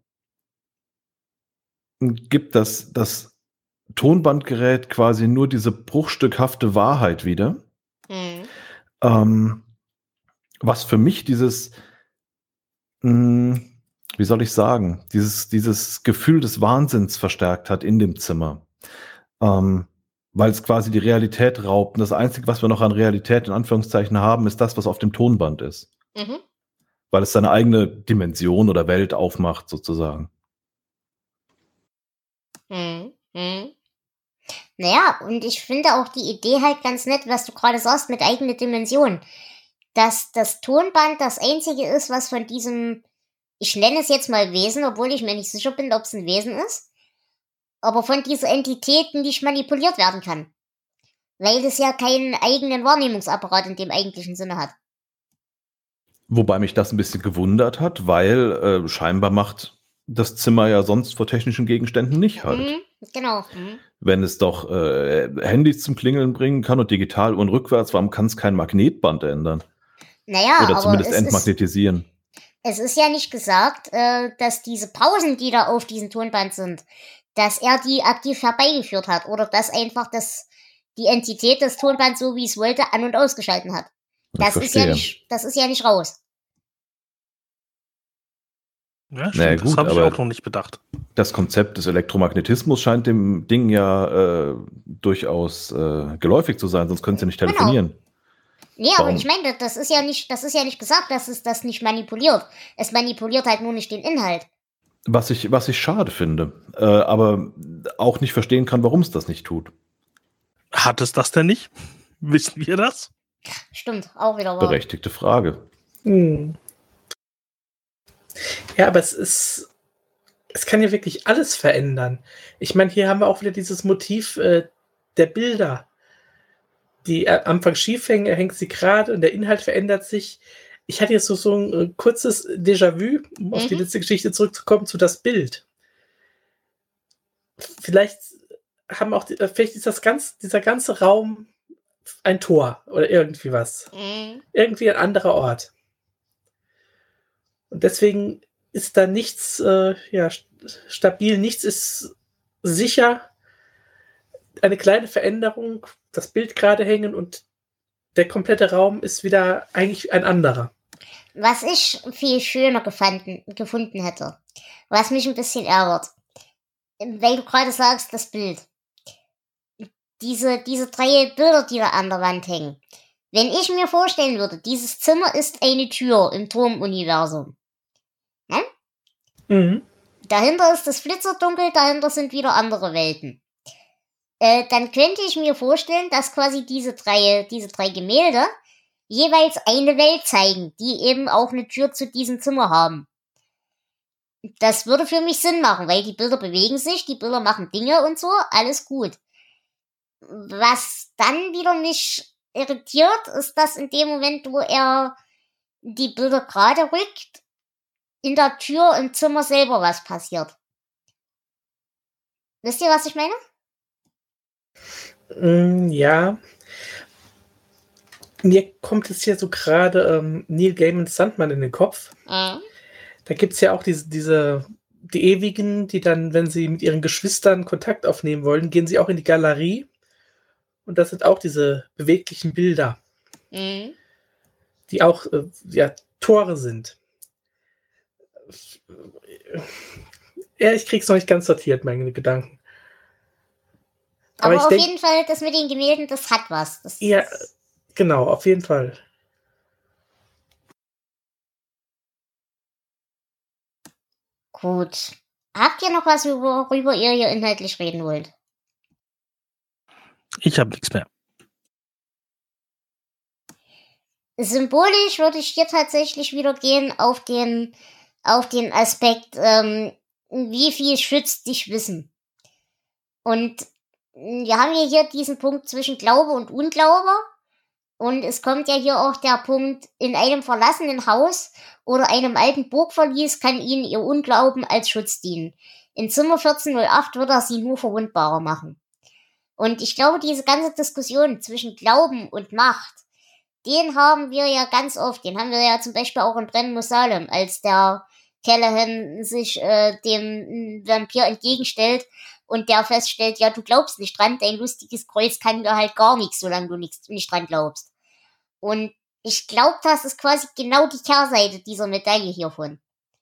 gibt das, das Tonbandgerät quasi nur diese bruchstückhafte Wahrheit wieder. Mhm. Ähm, was für mich dieses, mh, wie soll ich sagen, dieses, dieses Gefühl des Wahnsinns verstärkt hat in dem Zimmer. Ähm, weil es quasi die Realität raubt. Und das Einzige, was wir noch an Realität in Anführungszeichen haben, ist das, was auf dem Tonband ist. Mhm. Weil es seine eigene Dimension oder Welt aufmacht, sozusagen. Mhm. Mhm. Naja, und ich finde auch die Idee halt ganz nett, was du gerade sagst, mit eigener Dimension. Dass das Tonband das einzige ist, was von diesem, ich nenne es jetzt mal Wesen, obwohl ich mir nicht sicher bin, ob es ein Wesen ist, aber von dieser Entität nicht manipuliert werden kann. Weil es ja keinen eigenen Wahrnehmungsapparat in dem eigentlichen Sinne hat. Wobei mich das ein bisschen gewundert hat, weil äh, scheinbar macht das Zimmer ja sonst vor technischen Gegenständen nicht halt. Mhm, genau. Mhm. Wenn es doch äh, Handys zum Klingeln bringen kann und digital und rückwärts, warum kann es kein Magnetband ändern? Naja, Oder aber zumindest es ist, entmagnetisieren. es ist ja nicht gesagt, äh, dass diese Pausen, die da auf diesem Tonband sind, dass er die aktiv herbeigeführt hat oder dass einfach das, die Entität des Tonbands, so wie es wollte, an- und ausgeschalten hat. Ich Das ist ja verstehe. nicht, das ist ja nicht raus. Ja, stimmt, Naja, das gut, habe ich aber- auch noch nicht bedacht. Das Konzept des Elektromagnetismus scheint dem Ding ja äh, durchaus äh, geläufig zu sein, sonst können sie nicht Genau. telefonieren. Nee, aber Warum? ich meine, das ist ja nicht, das ist ja nicht gesagt, dass es das nicht manipuliert. Es manipuliert halt nur nicht den Inhalt. Was ich, was ich schade finde, äh, aber auch nicht verstehen kann, warum es das nicht tut. Hat es das denn nicht? Wissen wir das? Stimmt, auch wieder wahr. Berechtigte Frage. Hm. Ja, aber es ist, es kann ja wirklich alles verändern. Ich meine, hier haben wir auch wieder dieses Motiv äh, der Bilder, die äh, am Anfang schief hängen, er hängt sie gerade und der Inhalt verändert sich. Ich hatte jetzt so, so ein äh, kurzes Déjà-vu, um auf die Mhm. letzte Geschichte zurückzukommen, zu das Bild. Vielleicht haben auch, die, äh, vielleicht ist das ganz, dieser ganze Raum ein Tor oder irgendwie was. Mhm. Irgendwie ein anderer Ort. Und deswegen ist da nichts äh, ja, st- stabil, nichts ist sicher. Eine kleine Veränderung, das Bild gerade hängen und der komplette Raum ist wieder eigentlich ein anderer. Was ich viel schöner gefunden, gefunden hätte, was mich ein bisschen ärgert, weil du gerade sagst, das Bild. Diese, diese drei Bilder, die da an der Wand hängen. Wenn ich mir vorstellen würde, dieses Zimmer ist eine Tür im Turmuniversum. Mhm. Dahinter ist das Flitzerdunkel, dahinter sind wieder andere Welten. Äh, dann könnte ich mir vorstellen, dass quasi diese drei, diese drei Gemälde jeweils eine Welt zeigen, die eben auch eine Tür zu diesem Zimmer haben. Das würde für mich Sinn machen, weil die Bilder bewegen sich, die Bilder machen Dinge und so, alles gut. Was dann wieder mich irritiert, ist, dass in dem Moment, wo er die Bilder gerade rückt, in der Tür im Zimmer selber was passiert. Wisst ihr, was ich meine? Mm, ja. Mir kommt jetzt hier so gerade ähm, Neil Gaimans Sandman in den Kopf. Mhm. Da gibt es ja auch diese, diese, die Ewigen, die dann, wenn sie mit ihren Geschwistern Kontakt aufnehmen wollen, gehen sie auch in die Galerie. Und das sind auch diese beweglichen Bilder, Mhm. die auch äh, ja, Tore sind. Ja, ich krieg's noch nicht ganz sortiert, meine Gedanken. Aber, Aber ich auf denk- jeden Fall, das mit den Gemälden, das hat was. Das Ja. ist- Genau, auf jeden Fall. Gut. Habt ihr noch was, worüber ihr hier inhaltlich reden wollt? Ich habe nichts mehr. symbolisch würde ich hier tatsächlich wieder gehen auf den, auf den Aspekt, ähm, wie viel schützt dich Wissen? Und wir haben ja hier diesen Punkt zwischen Glaube und Unglaube. Und es kommt ja hier auch der Punkt, in einem verlassenen Haus oder einem alten Burgverlies kann ihnen ihr Unglauben als Schutz dienen. In Zimmer vierzehnhundertacht wird er sie nur verwundbarer machen. Und ich glaube, diese ganze Diskussion zwischen Glauben und Macht, den haben wir ja ganz oft. Den haben wir ja zum Beispiel auch in Brennen muss Salem, als der Callahan sich äh, dem Vampir entgegenstellt und der feststellt, ja, du glaubst nicht dran, dein lustiges Kreuz kann dir halt gar nichts, solange du nicht, nicht dran glaubst. Und ich glaube, das ist quasi genau die Kehrseite dieser Medaille hiervon.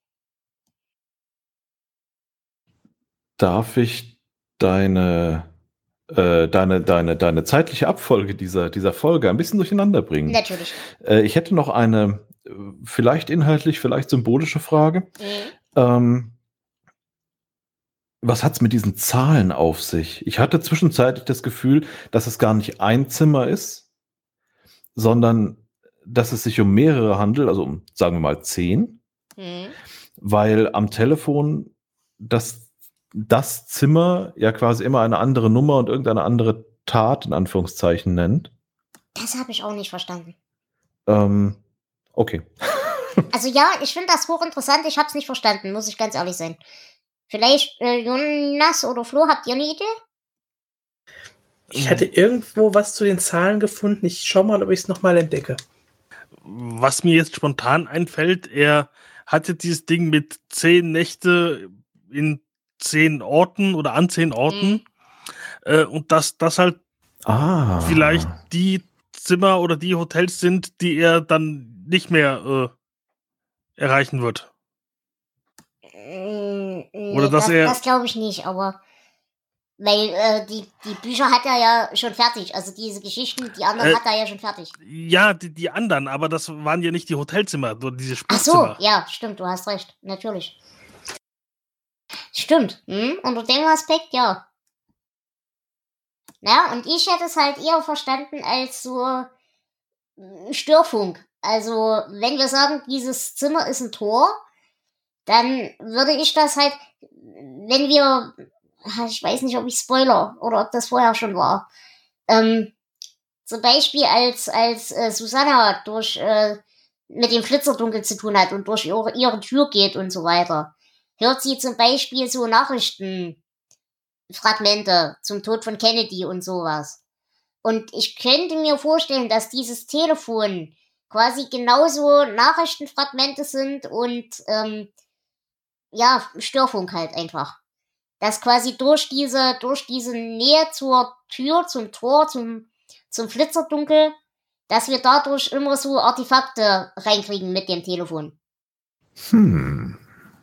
Darf ich deine, äh, deine, deine, deine zeitliche Abfolge dieser, dieser Folge ein bisschen durcheinander bringen? Natürlich. Äh, ich hätte noch eine, äh, vielleicht inhaltlich, vielleicht symbolische Frage. Mhm. Ähm, was hat's mit diesen Zahlen auf sich? Ich hatte zwischenzeitlich das Gefühl, dass es gar nicht ein Zimmer ist, sondern dass es sich um mehrere handelt, also um, sagen wir mal, zehn, Mhm. weil am Telefon das das Zimmer ja quasi immer eine andere Nummer und irgendeine andere Tat in Anführungszeichen nennt. Das habe ich auch nicht verstanden. Ähm, okay. Also ja, ich finde das hochinteressant. Ich habe es nicht verstanden, muss ich ganz ehrlich sein. Vielleicht äh, Jonas oder Flo, habt ihr eine Idee? Ich hatte irgendwo was zu den Zahlen gefunden. Ich schau mal, ob ich es nochmal entdecke. Was mir jetzt spontan einfällt, er hatte dieses Ding mit zehn Nächte in zehn Orten oder an zehn Orten. Mhm. Äh, und dass das halt Ah. vielleicht die Zimmer oder die Hotels sind, die er dann nicht mehr äh, erreichen wird. Mm, nee, Oder dass das, er- das glaube ich nicht, aber weil äh, die, die Bücher hat er ja schon fertig. Also diese Geschichten, die anderen Äh, hat er ja schon fertig. Ja, die, die anderen, aber das waren ja nicht die Hotelzimmer, nur diese Ach so, Spukzimmer. ja, stimmt, du hast recht, natürlich. Stimmt, hm? Unter dem Aspekt, ja. Ja, und ich hätte es halt eher verstanden als so mm, Störfunk. Also, wenn wir sagen, dieses Zimmer ist ein Tor, dann würde ich das halt, wenn wir, ich weiß nicht, ob ich Spoiler oder ob das vorher schon war, ähm, zum Beispiel als, als äh, Susanna durch, äh, mit dem Flitzerdunkel zu tun hat und durch ihre, ihre Tür geht und so weiter, hört sie zum Beispiel so Nachrichtenfragmente zum Tod von Kennedy und sowas. Und ich könnte mir vorstellen, dass dieses Telefon quasi genauso Nachrichtenfragmente sind und ähm, ja, Störfunk halt einfach. Dass quasi durch diese, durch diese Nähe zur Tür, zum Tor, zum, zum Flitzerdunkel, dass wir dadurch immer so Artefakte reinkriegen mit dem Telefon. Hm.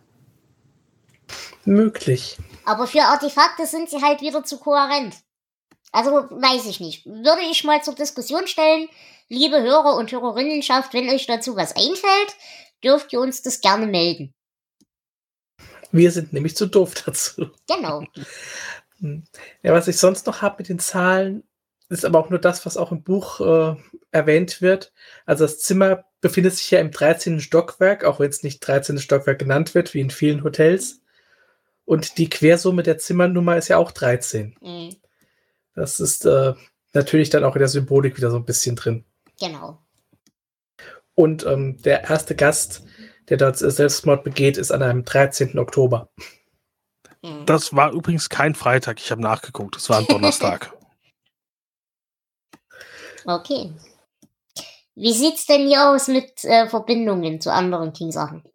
Möglich. Aber für Artefakte sind sie halt wieder zu kohärent. Also weiß ich nicht. Würde ich mal zur Diskussion stellen, liebe Hörer und Hörerinnenschaft, wenn euch dazu was einfällt, dürft ihr uns das gerne melden. Wir sind nämlich zu doof dazu. Genau. Ja, was ich sonst noch habe mit den Zahlen, ist aber auch nur das, was auch im Buch äh, erwähnt wird. Also das Zimmer befindet sich ja im dreizehnten Stockwerk, auch wenn es nicht dreizehntes Stockwerk genannt wird, wie in vielen Hotels. Und die Quersumme der Zimmernummer ist ja auch dreizehn. Mhm. Das ist äh, natürlich dann auch in der Symbolik wieder so ein bisschen drin. Genau. Und ähm, der erste Gast, der dort Selbstmord begeht, ist an einem dreizehnten Oktober. Mhm. Das war übrigens kein Freitag, ich habe nachgeguckt, das war ein Donnerstag. Okay. Wie sieht's denn hier aus mit äh, Verbindungen zu anderen King-Sachen?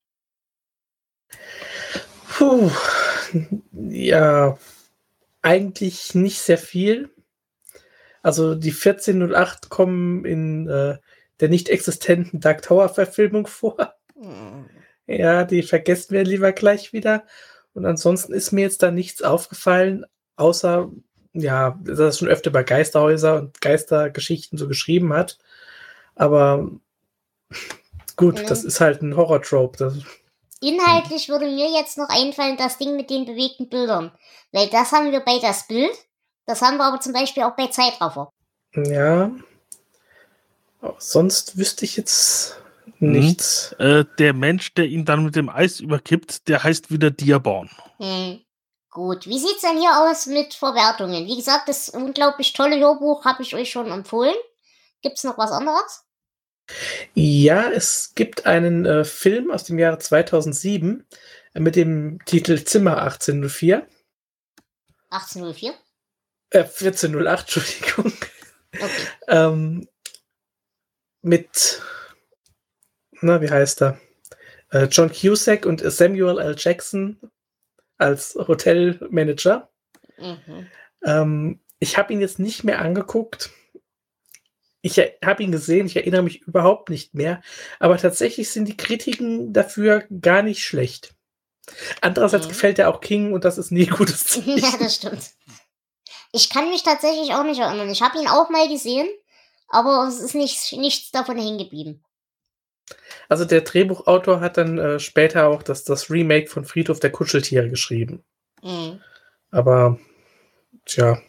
Puh, ja, eigentlich nicht sehr viel. Also die vierzehnhundertacht kommen in äh, der nicht existenten Dark Tower-Verfilmung vor. Mhm. Ja, die vergessen wir lieber gleich wieder. Und ansonsten ist mir jetzt da nichts aufgefallen, außer, ja, dass er schon öfter über Geisterhäuser und Geistergeschichten so geschrieben hat. Aber gut, Mhm. das ist halt ein Horror-Trope. Das, Inhaltlich würde mir jetzt noch einfallen, das Ding mit den bewegten Bildern. Weil das haben wir bei das Bild, das haben wir aber zum Beispiel auch bei Zeitraffer. ja. Sonst wüsste ich jetzt nichts. Mhm. Äh, der Mensch, der ihn dann mit dem Eis überkippt, der heißt wieder Dearborn. Hm. Gut, wie sieht's denn hier aus mit Verwertungen? Wie gesagt, das unglaublich tolle Hörbuch habe ich euch schon empfohlen. Gibt's noch was anderes? Ja, es gibt einen äh, Film aus dem Jahre zweitausendsieben äh, mit dem Titel Zimmer achtzehnhundertvier. achtzehnhundertvier? Äh, vierzehnhundertacht, Entschuldigung. Okay. ähm, mit, na, wie heißt er? Äh, John Cusack und Samuel L. Jackson als Hotelmanager. Mhm. Ähm, ich habe ihn jetzt nicht mehr angeguckt. Ich habe ihn gesehen, ich erinnere mich überhaupt nicht mehr. Aber tatsächlich sind die Kritiken dafür gar nicht schlecht. Andererseits Mhm. gefällt er auch King und das ist nie gutes Zeichen. Ja, das stimmt. Ich kann mich tatsächlich auch nicht erinnern. Ich habe ihn auch mal gesehen, aber es ist nicht, nichts davon hängen geblieben. Also der Drehbuchautor hat dann äh, später auch das, das Remake von Friedhof der Kuscheltiere geschrieben. Mhm. Aber, tja.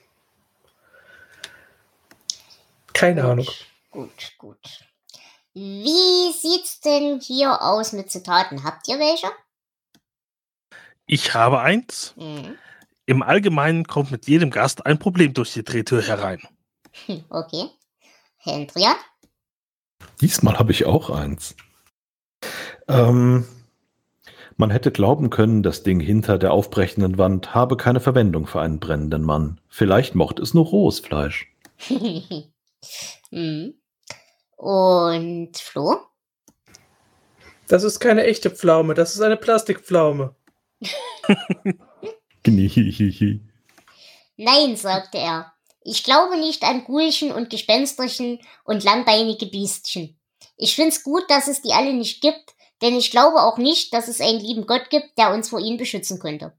Keine Gut, Ahnung. Gut, gut. Wie sieht's denn hier aus mit Zitaten? Habt ihr welche? Ich habe eins. Mhm. Im Allgemeinen kommt mit jedem Gast ein Problem durch die Drehtür herein. Okay. Hendrian? Diesmal habe ich auch eins. Ähm, man hätte glauben können, das Ding hinter der aufbrechenden Wand habe keine Verwendung für einen brennenden Mann. Vielleicht mochte es nur rohes Fleisch. mhm. Und Flo? Das ist keine echte Pflaume, das ist eine Plastikpflaume. Nein, sagte er. Ich glaube nicht an Gulchen und Gespensterchen und langbeinige Biestchen. Ich find's gut, dass es die alle nicht gibt, denn ich glaube auch nicht, dass es einen lieben Gott gibt, der uns vor ihnen beschützen könnte.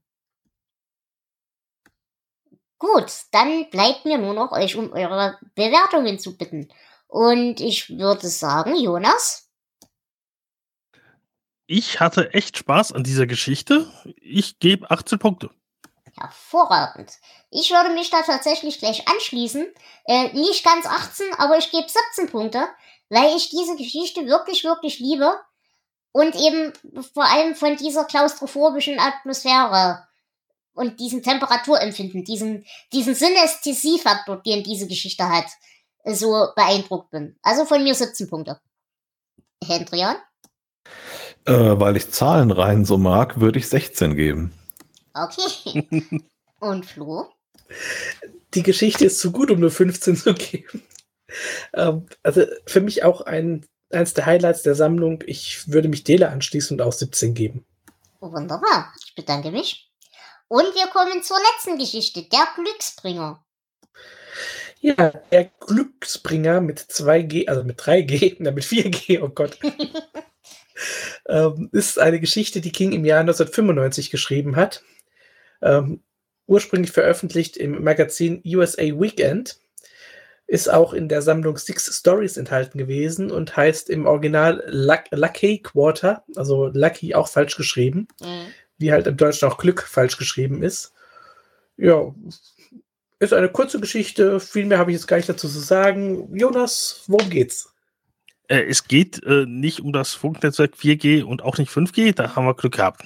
Gut, dann bleibt mir nur noch, euch um eure Bewertungen zu bitten. Und ich würde sagen, Jonas? Ich hatte echt Spaß an dieser Geschichte. Ich gebe achtzehn Punkte. Hervorragend. Ich würde mich da tatsächlich gleich anschließen. Äh, nicht ganz achtzehn, aber ich gebe siebzehn Punkte, weil ich diese Geschichte wirklich, wirklich liebe. Und eben vor allem von dieser klaustrophobischen Atmosphäre und diesem Temperaturempfinden, diesen, diesen Synästhesiefaktor, den diese Geschichte hat, so beeindruckt bin. Also von mir siebzehn Punkte. Hendrian? Äh, weil ich Zahlenreihen so mag, würde ich sechzehn geben. Okay. Und Flo? Die Geschichte ist zu gut, um nur fünfzehn zu geben. Ähm, also für mich auch ein, eins der Highlights der Sammlung. Ich würde mich Dele anschließen und auch siebzehn geben. Wunderbar. Ich bedanke mich. Und wir kommen zur letzten Geschichte, der Glücksbringer. Ja, der Glücksbringer mit zwei G, also mit drei G, na, mit vier G, oh Gott. ähm, ist eine Geschichte, die King im Jahr neunzehnhundertfünfundneunzig geschrieben hat. Ähm, ursprünglich veröffentlicht im Magazin U S A Weekend. Ist auch in der Sammlung Six Stories enthalten gewesen und heißt im Original Luck- Lucky Quarter, also Lucky auch falsch geschrieben, Mhm. wie halt im Deutschen auch Glück falsch geschrieben ist. Ja, ist eine kurze Geschichte, viel mehr habe ich jetzt gar nicht dazu zu sagen. Jonas, worum geht's? Äh, es geht äh, nicht um das Funknetzwerk vier G und auch nicht fünf G, da haben wir Glück gehabt.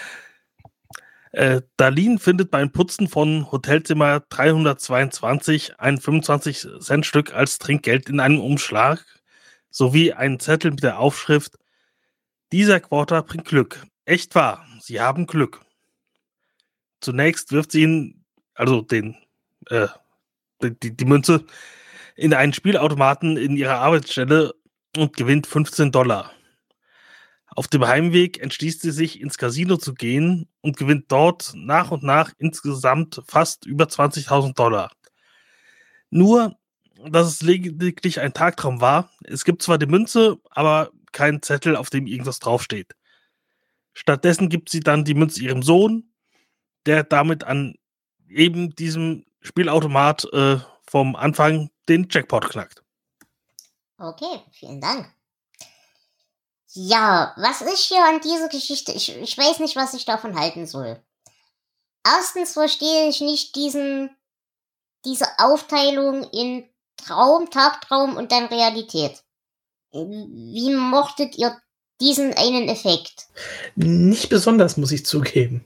Äh, Darlene findet beim Putzen von Hotelzimmer dreihundertzweiundzwanzig ein fünfundzwanzig Cent Stück als Trinkgeld in einem Umschlag sowie einen Zettel mit der Aufschrift: Dieser Quarter bringt Glück. Echt wahr, Sie haben Glück. Zunächst wirft sie ihn, also den, äh, die, die Münze, in einen Spielautomaten in ihrer Arbeitsstelle und gewinnt fünfzehn Dollar. Auf dem Heimweg entschließt sie sich, ins Casino zu gehen und gewinnt dort nach und nach insgesamt fast über zwanzigtausend Dollar. Nur, dass es lediglich ein Tagtraum war. Es gibt zwar die Münze, aber keinen Zettel, auf dem irgendwas draufsteht. Stattdessen gibt sie dann die Münze ihrem Sohn, der damit an eben diesem Spielautomat äh, vom Anfang den Jackpot knackt. Okay, vielen Dank. Ja, was ist hier an dieser Geschichte? Ich, ich weiß nicht, was ich davon halten soll. Erstens verstehe ich nicht diesen, diese Aufteilung in Traum, Tagtraum und dann Realität. Wie mochtet ihr diesen einen Effekt? Nicht besonders, muss ich zugeben.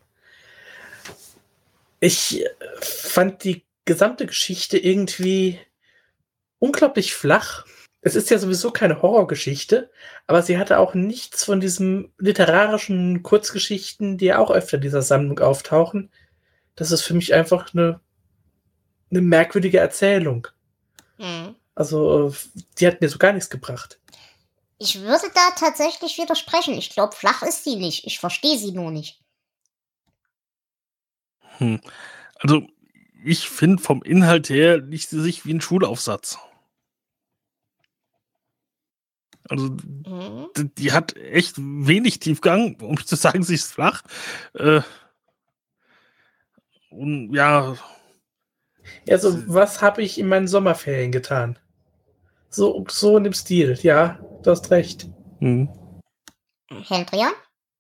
Ich fand die gesamte Geschichte irgendwie unglaublich flach. Es ist ja sowieso keine Horrorgeschichte, aber sie hatte auch nichts von diesen literarischen Kurzgeschichten, die ja auch öfter in dieser Sammlung auftauchen. Das ist für mich einfach eine, eine merkwürdige Erzählung. Hm. Also, die hat mir so gar nichts gebracht. Ich würde da tatsächlich widersprechen. Ich glaube, flach ist sie nicht. Ich verstehe sie nur nicht. Hm. Also, ich finde vom Inhalt her liest sie sich wie ein Schulaufsatz. Also, Mhm. d- die hat echt wenig Tiefgang, um nicht zu sagen, sie ist flach. Äh, und ja, Also, was habe ich in meinen Sommerferien getan? So, so in dem Stil, ja, du hast recht. hm. Hendrian?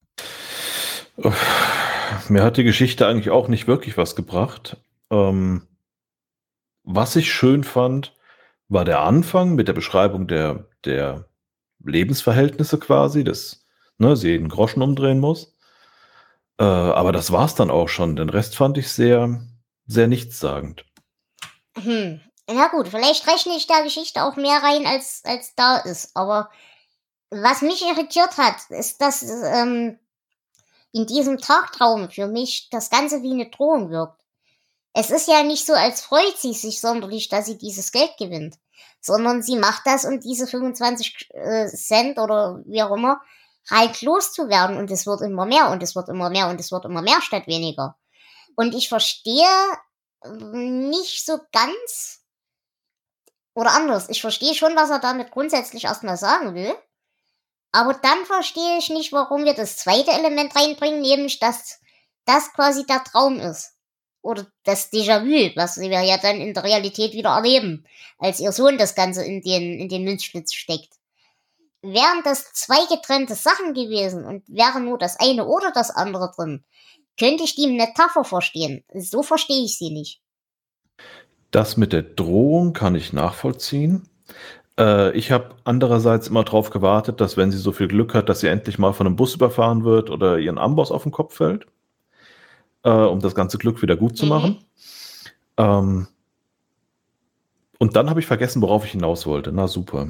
Mir hat die Geschichte eigentlich auch nicht wirklich was gebracht. Ähm, was ich schön fand, war der Anfang mit der Beschreibung der, der Lebensverhältnisse quasi, dass ne, sie jeden Groschen umdrehen muss. Äh, aber das war's dann auch schon. Den Rest fand ich sehr, sehr nichtssagend. Hm. Na gut, vielleicht rechne ich der Geschichte auch mehr rein, als, als da ist. Aber was mich irritiert hat, ist, dass ähm, in diesem Tagtraum für mich das Ganze wie eine Drohung wirkt. Es ist ja nicht so, als freut sie sich sonderlich, dass sie dieses Geld gewinnt, sondern sie macht das, um diese fünfundzwanzig äh, Cent oder wie auch immer halt loszuwerden. Und es wird immer mehr und es wird immer mehr und es wird immer mehr statt weniger. Und ich verstehe nicht so ganz, oder anders, ich verstehe schon, was er damit grundsätzlich erstmal sagen will, aber dann verstehe ich nicht, warum wir das zweite Element reinbringen, nämlich, dass das quasi der Traum ist. Oder das Déjà-vu, was wir ja dann in der Realität wieder erleben, als ihr Sohn das Ganze in den, in den Münzschlitz steckt. Wären das zwei getrennte Sachen gewesen und wäre nur das eine oder das andere drin, könnte ich die Metapher verstehen. So verstehe ich sie nicht. Das mit der Drohung kann ich nachvollziehen. Äh, ich habe andererseits immer darauf gewartet, dass wenn sie so viel Glück hat, dass sie endlich mal von einem Bus überfahren wird oder ihren Amboss auf den Kopf fällt, äh, um das ganze Glück wieder gut zu Mhm. machen. Ähm, und dann habe ich vergessen, worauf ich hinaus wollte. Na super.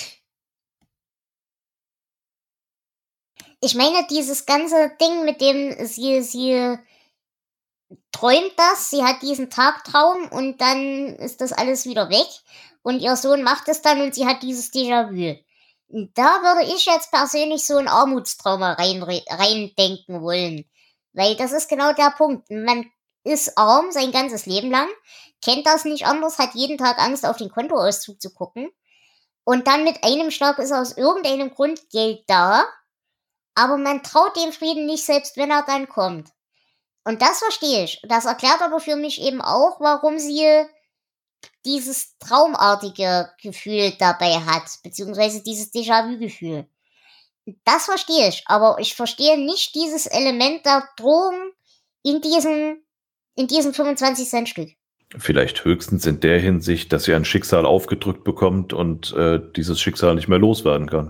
Ich meine, dieses ganze Ding, mit dem sie, sie träumt das, sie hat diesen Tagtraum und dann ist das alles wieder weg und ihr Sohn macht es dann und sie hat dieses Déjà-vu. Da würde ich jetzt persönlich so ein Armutstrauma rein, reindenken wollen, weil das ist genau der Punkt. Man ist arm sein ganzes Leben lang, kennt das nicht anders, hat jeden Tag Angst, auf den Kontoauszug zu gucken und dann mit einem Schlag ist aus irgendeinem Grund Geld da, aber man traut dem Frieden nicht, selbst wenn er dann kommt. Und das verstehe ich. Das erklärt aber für mich eben auch, warum sie dieses traumartige Gefühl dabei hat, beziehungsweise dieses Déjà-vu-Gefühl. Das verstehe ich, aber ich verstehe nicht dieses Element der Drohung in diesem, in diesem fünfundzwanzig Cent Stück. Vielleicht höchstens in der Hinsicht, dass sie ein Schicksal aufgedrückt bekommt und äh, dieses Schicksal nicht mehr loswerden kann.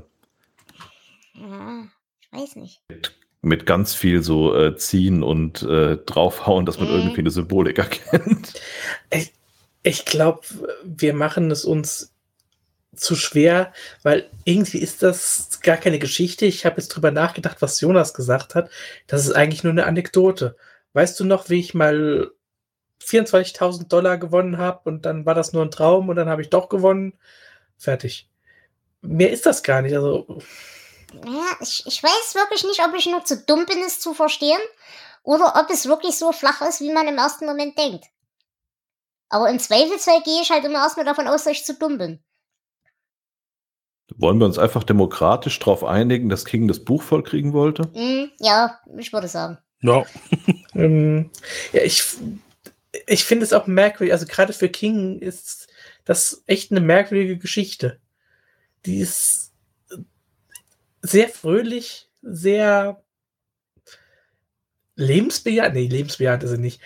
Ja, ich weiß nicht. Mit, mit ganz viel so äh, ziehen und äh, draufhauen, dass man Mhm. irgendwie eine Symbolik erkennt. Ich, ich glaube, wir machen es uns zu schwer, weil irgendwie ist das gar keine Geschichte. Ich habe jetzt drüber nachgedacht, was Jonas gesagt hat. Das ist eigentlich nur eine Anekdote. Weißt du noch, wie ich mal vierundzwanzigtausend Dollar gewonnen habe und dann war das nur ein Traum und dann habe ich doch gewonnen? Fertig. Mehr ist das gar nicht. Also, Ja, ich, ich weiß wirklich nicht, ob ich nur zu dumm bin, es zu verstehen, oder ob es wirklich so flach ist, wie man im ersten Moment denkt. Aber im Zweifelsfall gehe ich halt immer erstmal davon aus, dass ich zu dumm bin. Wollen wir uns einfach demokratisch darauf einigen, dass King das Buch vollkriegen wollte? Hm, ja, ich würde sagen. Ja. ähm, ja, ich, ich finde es auch merkwürdig. Also gerade für King ist das echt eine merkwürdige Geschichte. Die ist sehr fröhlich, sehr lebensbejahend. Nee, lebensbejahend ist sie nicht.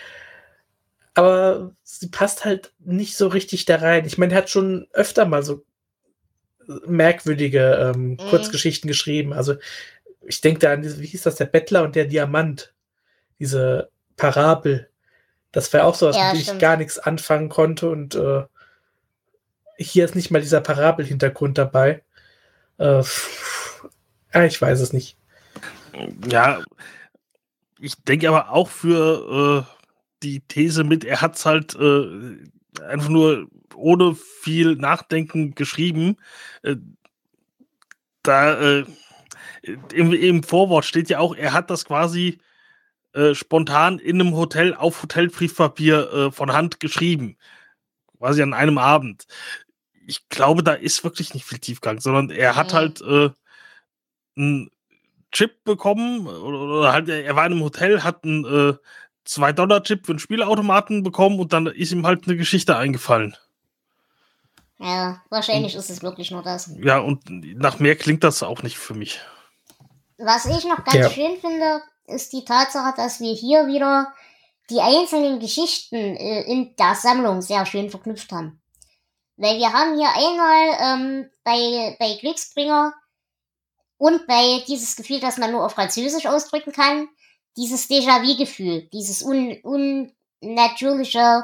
Aber sie passt halt nicht so richtig da rein. Ich meine, er hat schon öfter mal so merkwürdige ähm, Mhm. Kurzgeschichten geschrieben. Also ich denke da an, diese- wie hieß das, der Bettler und der Diamant, diese Parabel. Das war auch sowas, Ja, mit dem ich stimmt. gar nichts anfangen konnte und äh, hier ist nicht mal dieser Parabel-Hintergrund dabei. Äh, pff, ja, ich weiß es nicht. Ja, ich denke aber auch für äh, die These mit, er hat es halt äh, einfach nur ohne viel Nachdenken geschrieben. Äh, da äh, im, im Vorwort steht ja auch, er hat das quasi äh, spontan in einem Hotel auf Hotelbriefpapier äh, von Hand geschrieben. Quasi an einem Abend. Ich glaube, da ist wirklich nicht viel Tiefgang, sondern er hat Nee. halt äh, einen Chip bekommen oder, oder halt, er war in einem Hotel, hat einen äh, zwei Dollar Chip für einen Spielautomaten bekommen und dann ist ihm halt eine Geschichte eingefallen. Ja, wahrscheinlich ist es wirklich nur das. Ja, und nach mehr klingt das auch nicht für mich. Was ich noch ganz Ja. schön finde, ist die Tatsache, dass wir hier wieder die einzelnen Geschichten äh, in der Sammlung sehr schön verknüpft haben. Weil wir haben hier einmal ähm, bei, bei Glücksbringer und bei dieses Gefühl, das man nur auf Französisch ausdrücken kann, dieses Déjà-vu-Gefühl, dieses un, unnatürliche,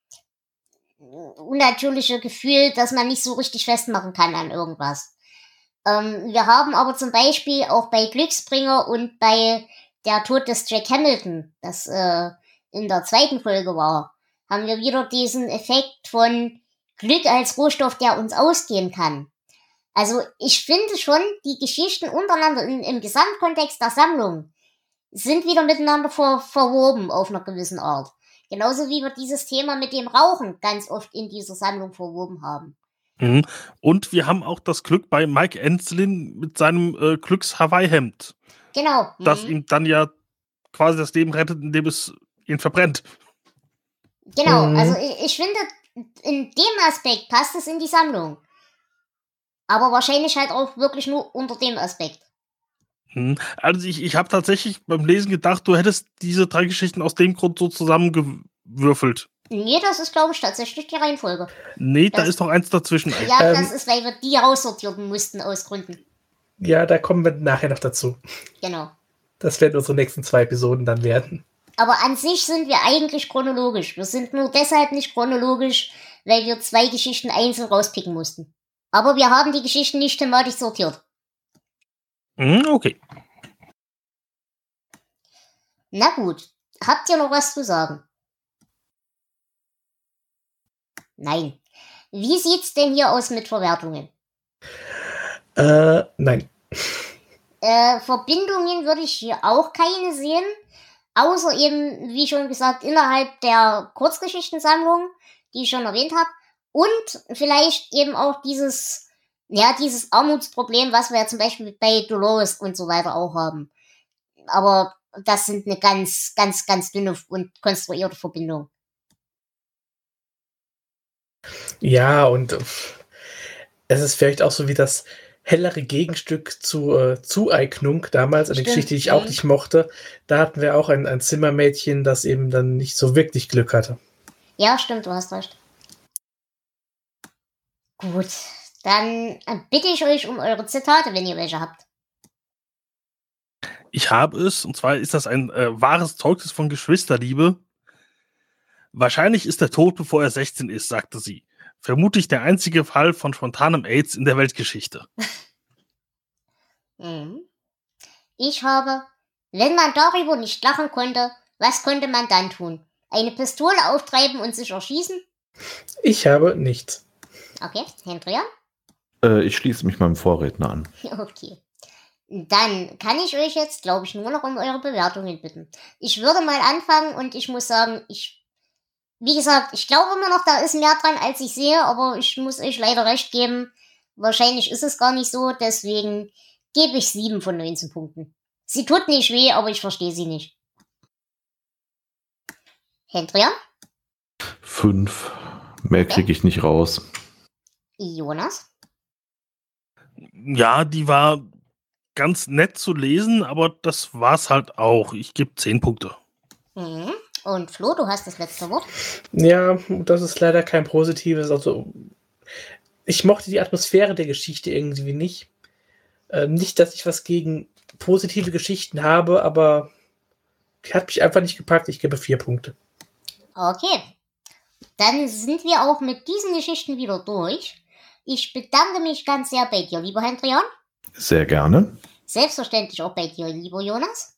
unnatürliche Gefühl, das man nicht so richtig festmachen kann an irgendwas. Ähm, wir haben aber zum Beispiel auch bei Glücksbringer und bei der Tod des Jack Hamilton, das äh, in der zweiten Folge war, haben wir wieder diesen Effekt von Glück als Rohstoff, der uns ausgehen kann. Also ich finde schon, die Geschichten untereinander in, im Gesamtkontext der Sammlung sind wieder miteinander ver, verwoben auf einer gewissen Art. Genauso wie wir dieses Thema mit dem Rauchen ganz oft in dieser Sammlung verwoben haben. Mhm. Und wir haben auch das Glück bei Mike Enslin mit seinem äh, Glücks-Hawaii-Hemd, Genau. das Mhm. ihm dann ja quasi das Leben rettet, indem es ihn verbrennt. Genau, Mhm. also ich, ich finde, in dem Aspekt passt es in die Sammlung. Aber wahrscheinlich halt auch wirklich nur unter dem Aspekt. Mhm. Also ich, ich habe tatsächlich beim Lesen gedacht, du hättest diese drei Geschichten aus dem Grund so zusammengewürfelt. Nee, das ist, glaube ich, tatsächlich die Reihenfolge. Nee, da Das- ist noch eins dazwischen. eigentlich. Ja, Ähm. das ist, weil wir die raussortieren mussten aus Gründen. Ja, da kommen wir nachher noch dazu. Genau. Das werden unsere nächsten zwei Episoden dann werden. Aber an sich sind wir eigentlich chronologisch. Wir sind nur deshalb nicht chronologisch, weil wir zwei Geschichten einzeln rauspicken mussten. Aber wir haben die Geschichten nicht thematisch sortiert. Mhm, okay. Na gut, habt ihr noch was zu sagen? Nein. Wie sieht's denn hier aus mit Verwertungen? Äh, nein. Äh, Verbindungen würde ich hier auch keine sehen. Außer eben, wie schon gesagt, innerhalb der Kurzgeschichtensammlung, die ich schon erwähnt habe. Und vielleicht eben auch dieses, ja, dieses Armutsproblem, was wir ja zum Beispiel bei Dolores und so weiter auch haben. Aber das sind eine ganz, ganz, ganz dünne und konstruierte Verbindung. Ja, und äh, es ist vielleicht auch so wie das hellere Gegenstück zu äh, Zueignung damals, eine Stimmt, Geschichte, die ich auch mhm. nicht mochte. Da hatten wir auch ein, ein Zimmermädchen, das eben dann nicht so wirklich Glück hatte. Ja, stimmt, du hast recht. Gut, dann bitte ich euch um eure Zitate, wenn ihr welche habt. Ich habe es, und zwar ist das ein äh, wahres Zeugnis von Geschwisterliebe. Wahrscheinlich ist er tot, bevor er sechzehn ist, sagte sie. Vermutlich der einzige Fall von spontanem AIDS in der Weltgeschichte. Mhm. Ich habe, wenn man darüber nicht lachen konnte, was konnte man dann tun? Eine Pistole auftreiben und sich erschießen? Ich habe nichts. Okay, Hendrian? Äh, ich schließe mich meinem Vorredner an. Okay. Dann kann ich euch jetzt, glaube ich, nur noch um eure Bewertungen bitten. Ich würde mal anfangen und ich muss sagen, ich, wie gesagt, ich glaube immer noch, da ist mehr dran, als ich sehe, aber ich muss euch leider recht geben. Wahrscheinlich ist es gar nicht so, deswegen gebe ich sieben von neunzehn Punkten. Sie tut nicht weh, aber ich verstehe sie nicht. Hendrian? Fünf. Mehr kriege ich nicht raus. Jonas? Ja, die war ganz nett zu lesen, aber das war's halt auch. Ich gebe zehn Punkte. Mhm. Und Flo, du hast das letzte Wort. Ja, das ist leider kein positives. Also ich mochte die Atmosphäre der Geschichte irgendwie nicht. Äh, nicht, dass ich was gegen positive Geschichten habe, aber die hat mich einfach nicht gepackt. Ich gebe vier Punkte. Okay. Dann sind wir auch mit diesen Geschichten wieder durch. Ich bedanke mich ganz sehr bei dir, lieber Hendrian. Sehr gerne. Selbstverständlich auch bei dir, lieber Jonas.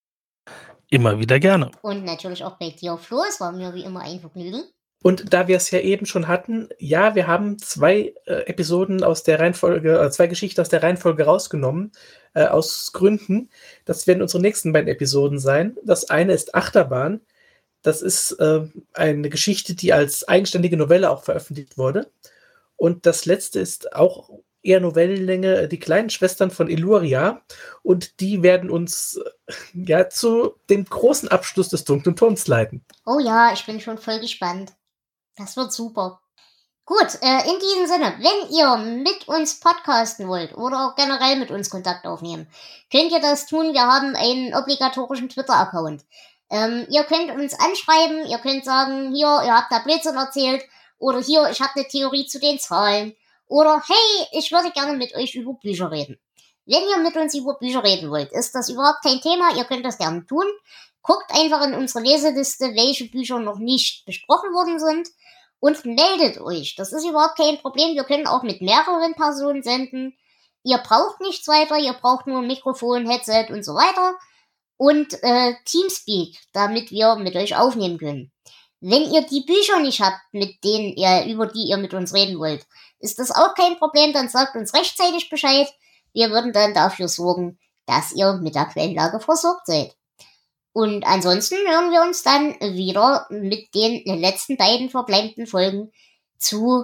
Immer wieder gerne. Und natürlich auch bei dir, Flo. Es war mir wie immer ein Vergnügen. Und da wir es ja eben schon hatten, ja, wir haben zwei äh, Episoden aus der Reihenfolge, äh, zwei Geschichten aus der Reihenfolge rausgenommen, äh, aus Gründen. Das werden unsere nächsten beiden Episoden sein. Das eine ist Achterbahn. Das ist äh, eine Geschichte, die als eigenständige Novelle auch veröffentlicht wurde. Und das letzte ist auch eher Novellenlänge, Die kleinen Schwestern von Illuria. Und die werden uns äh, ja zu dem großen Abschluss des Dunklen Turms leiten. Oh ja, ich bin schon voll gespannt. Das wird super. Gut, äh, in diesem Sinne, wenn ihr mit uns podcasten wollt oder generell mit uns Kontakt aufnehmen, könnt ihr das tun. Wir haben einen obligatorischen Twitter-Account. Ähm, ihr könnt uns anschreiben, ihr könnt sagen, hier, ihr habt da Blödsinn erzählt, oder hier, ich habe eine Theorie zu den Zahlen, oder hey, ich würde gerne mit euch über Bücher reden. Wenn ihr mit uns über Bücher reden wollt, ist das überhaupt kein Thema, ihr könnt das gerne tun. Guckt einfach in unsere Leseliste, welche Bücher noch nicht besprochen worden sind, und meldet euch. Das ist überhaupt kein Problem, wir können auch mit mehreren Personen senden. Ihr braucht nichts weiter, ihr braucht nur ein Mikrofon, Headset und so weiter. Und äh, Teamspeak, damit wir mit euch aufnehmen können. Wenn ihr die Bücher nicht habt, mit denen ihr, über die ihr mit uns reden wollt, ist das auch kein Problem, dann sagt uns rechtzeitig Bescheid. Wir würden dann dafür sorgen, dass ihr mit der Quellenlage versorgt seid. Und ansonsten hören wir uns dann wieder mit den letzten beiden verbleibenden Folgen zu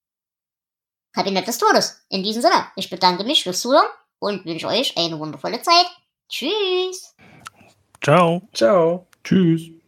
Kabinett des Todes. In diesem Sinne, ich bedanke mich fürs Zuhören und wünsche euch eine wundervolle Zeit. Tschüss! Ciao. Ciao. Tschüss.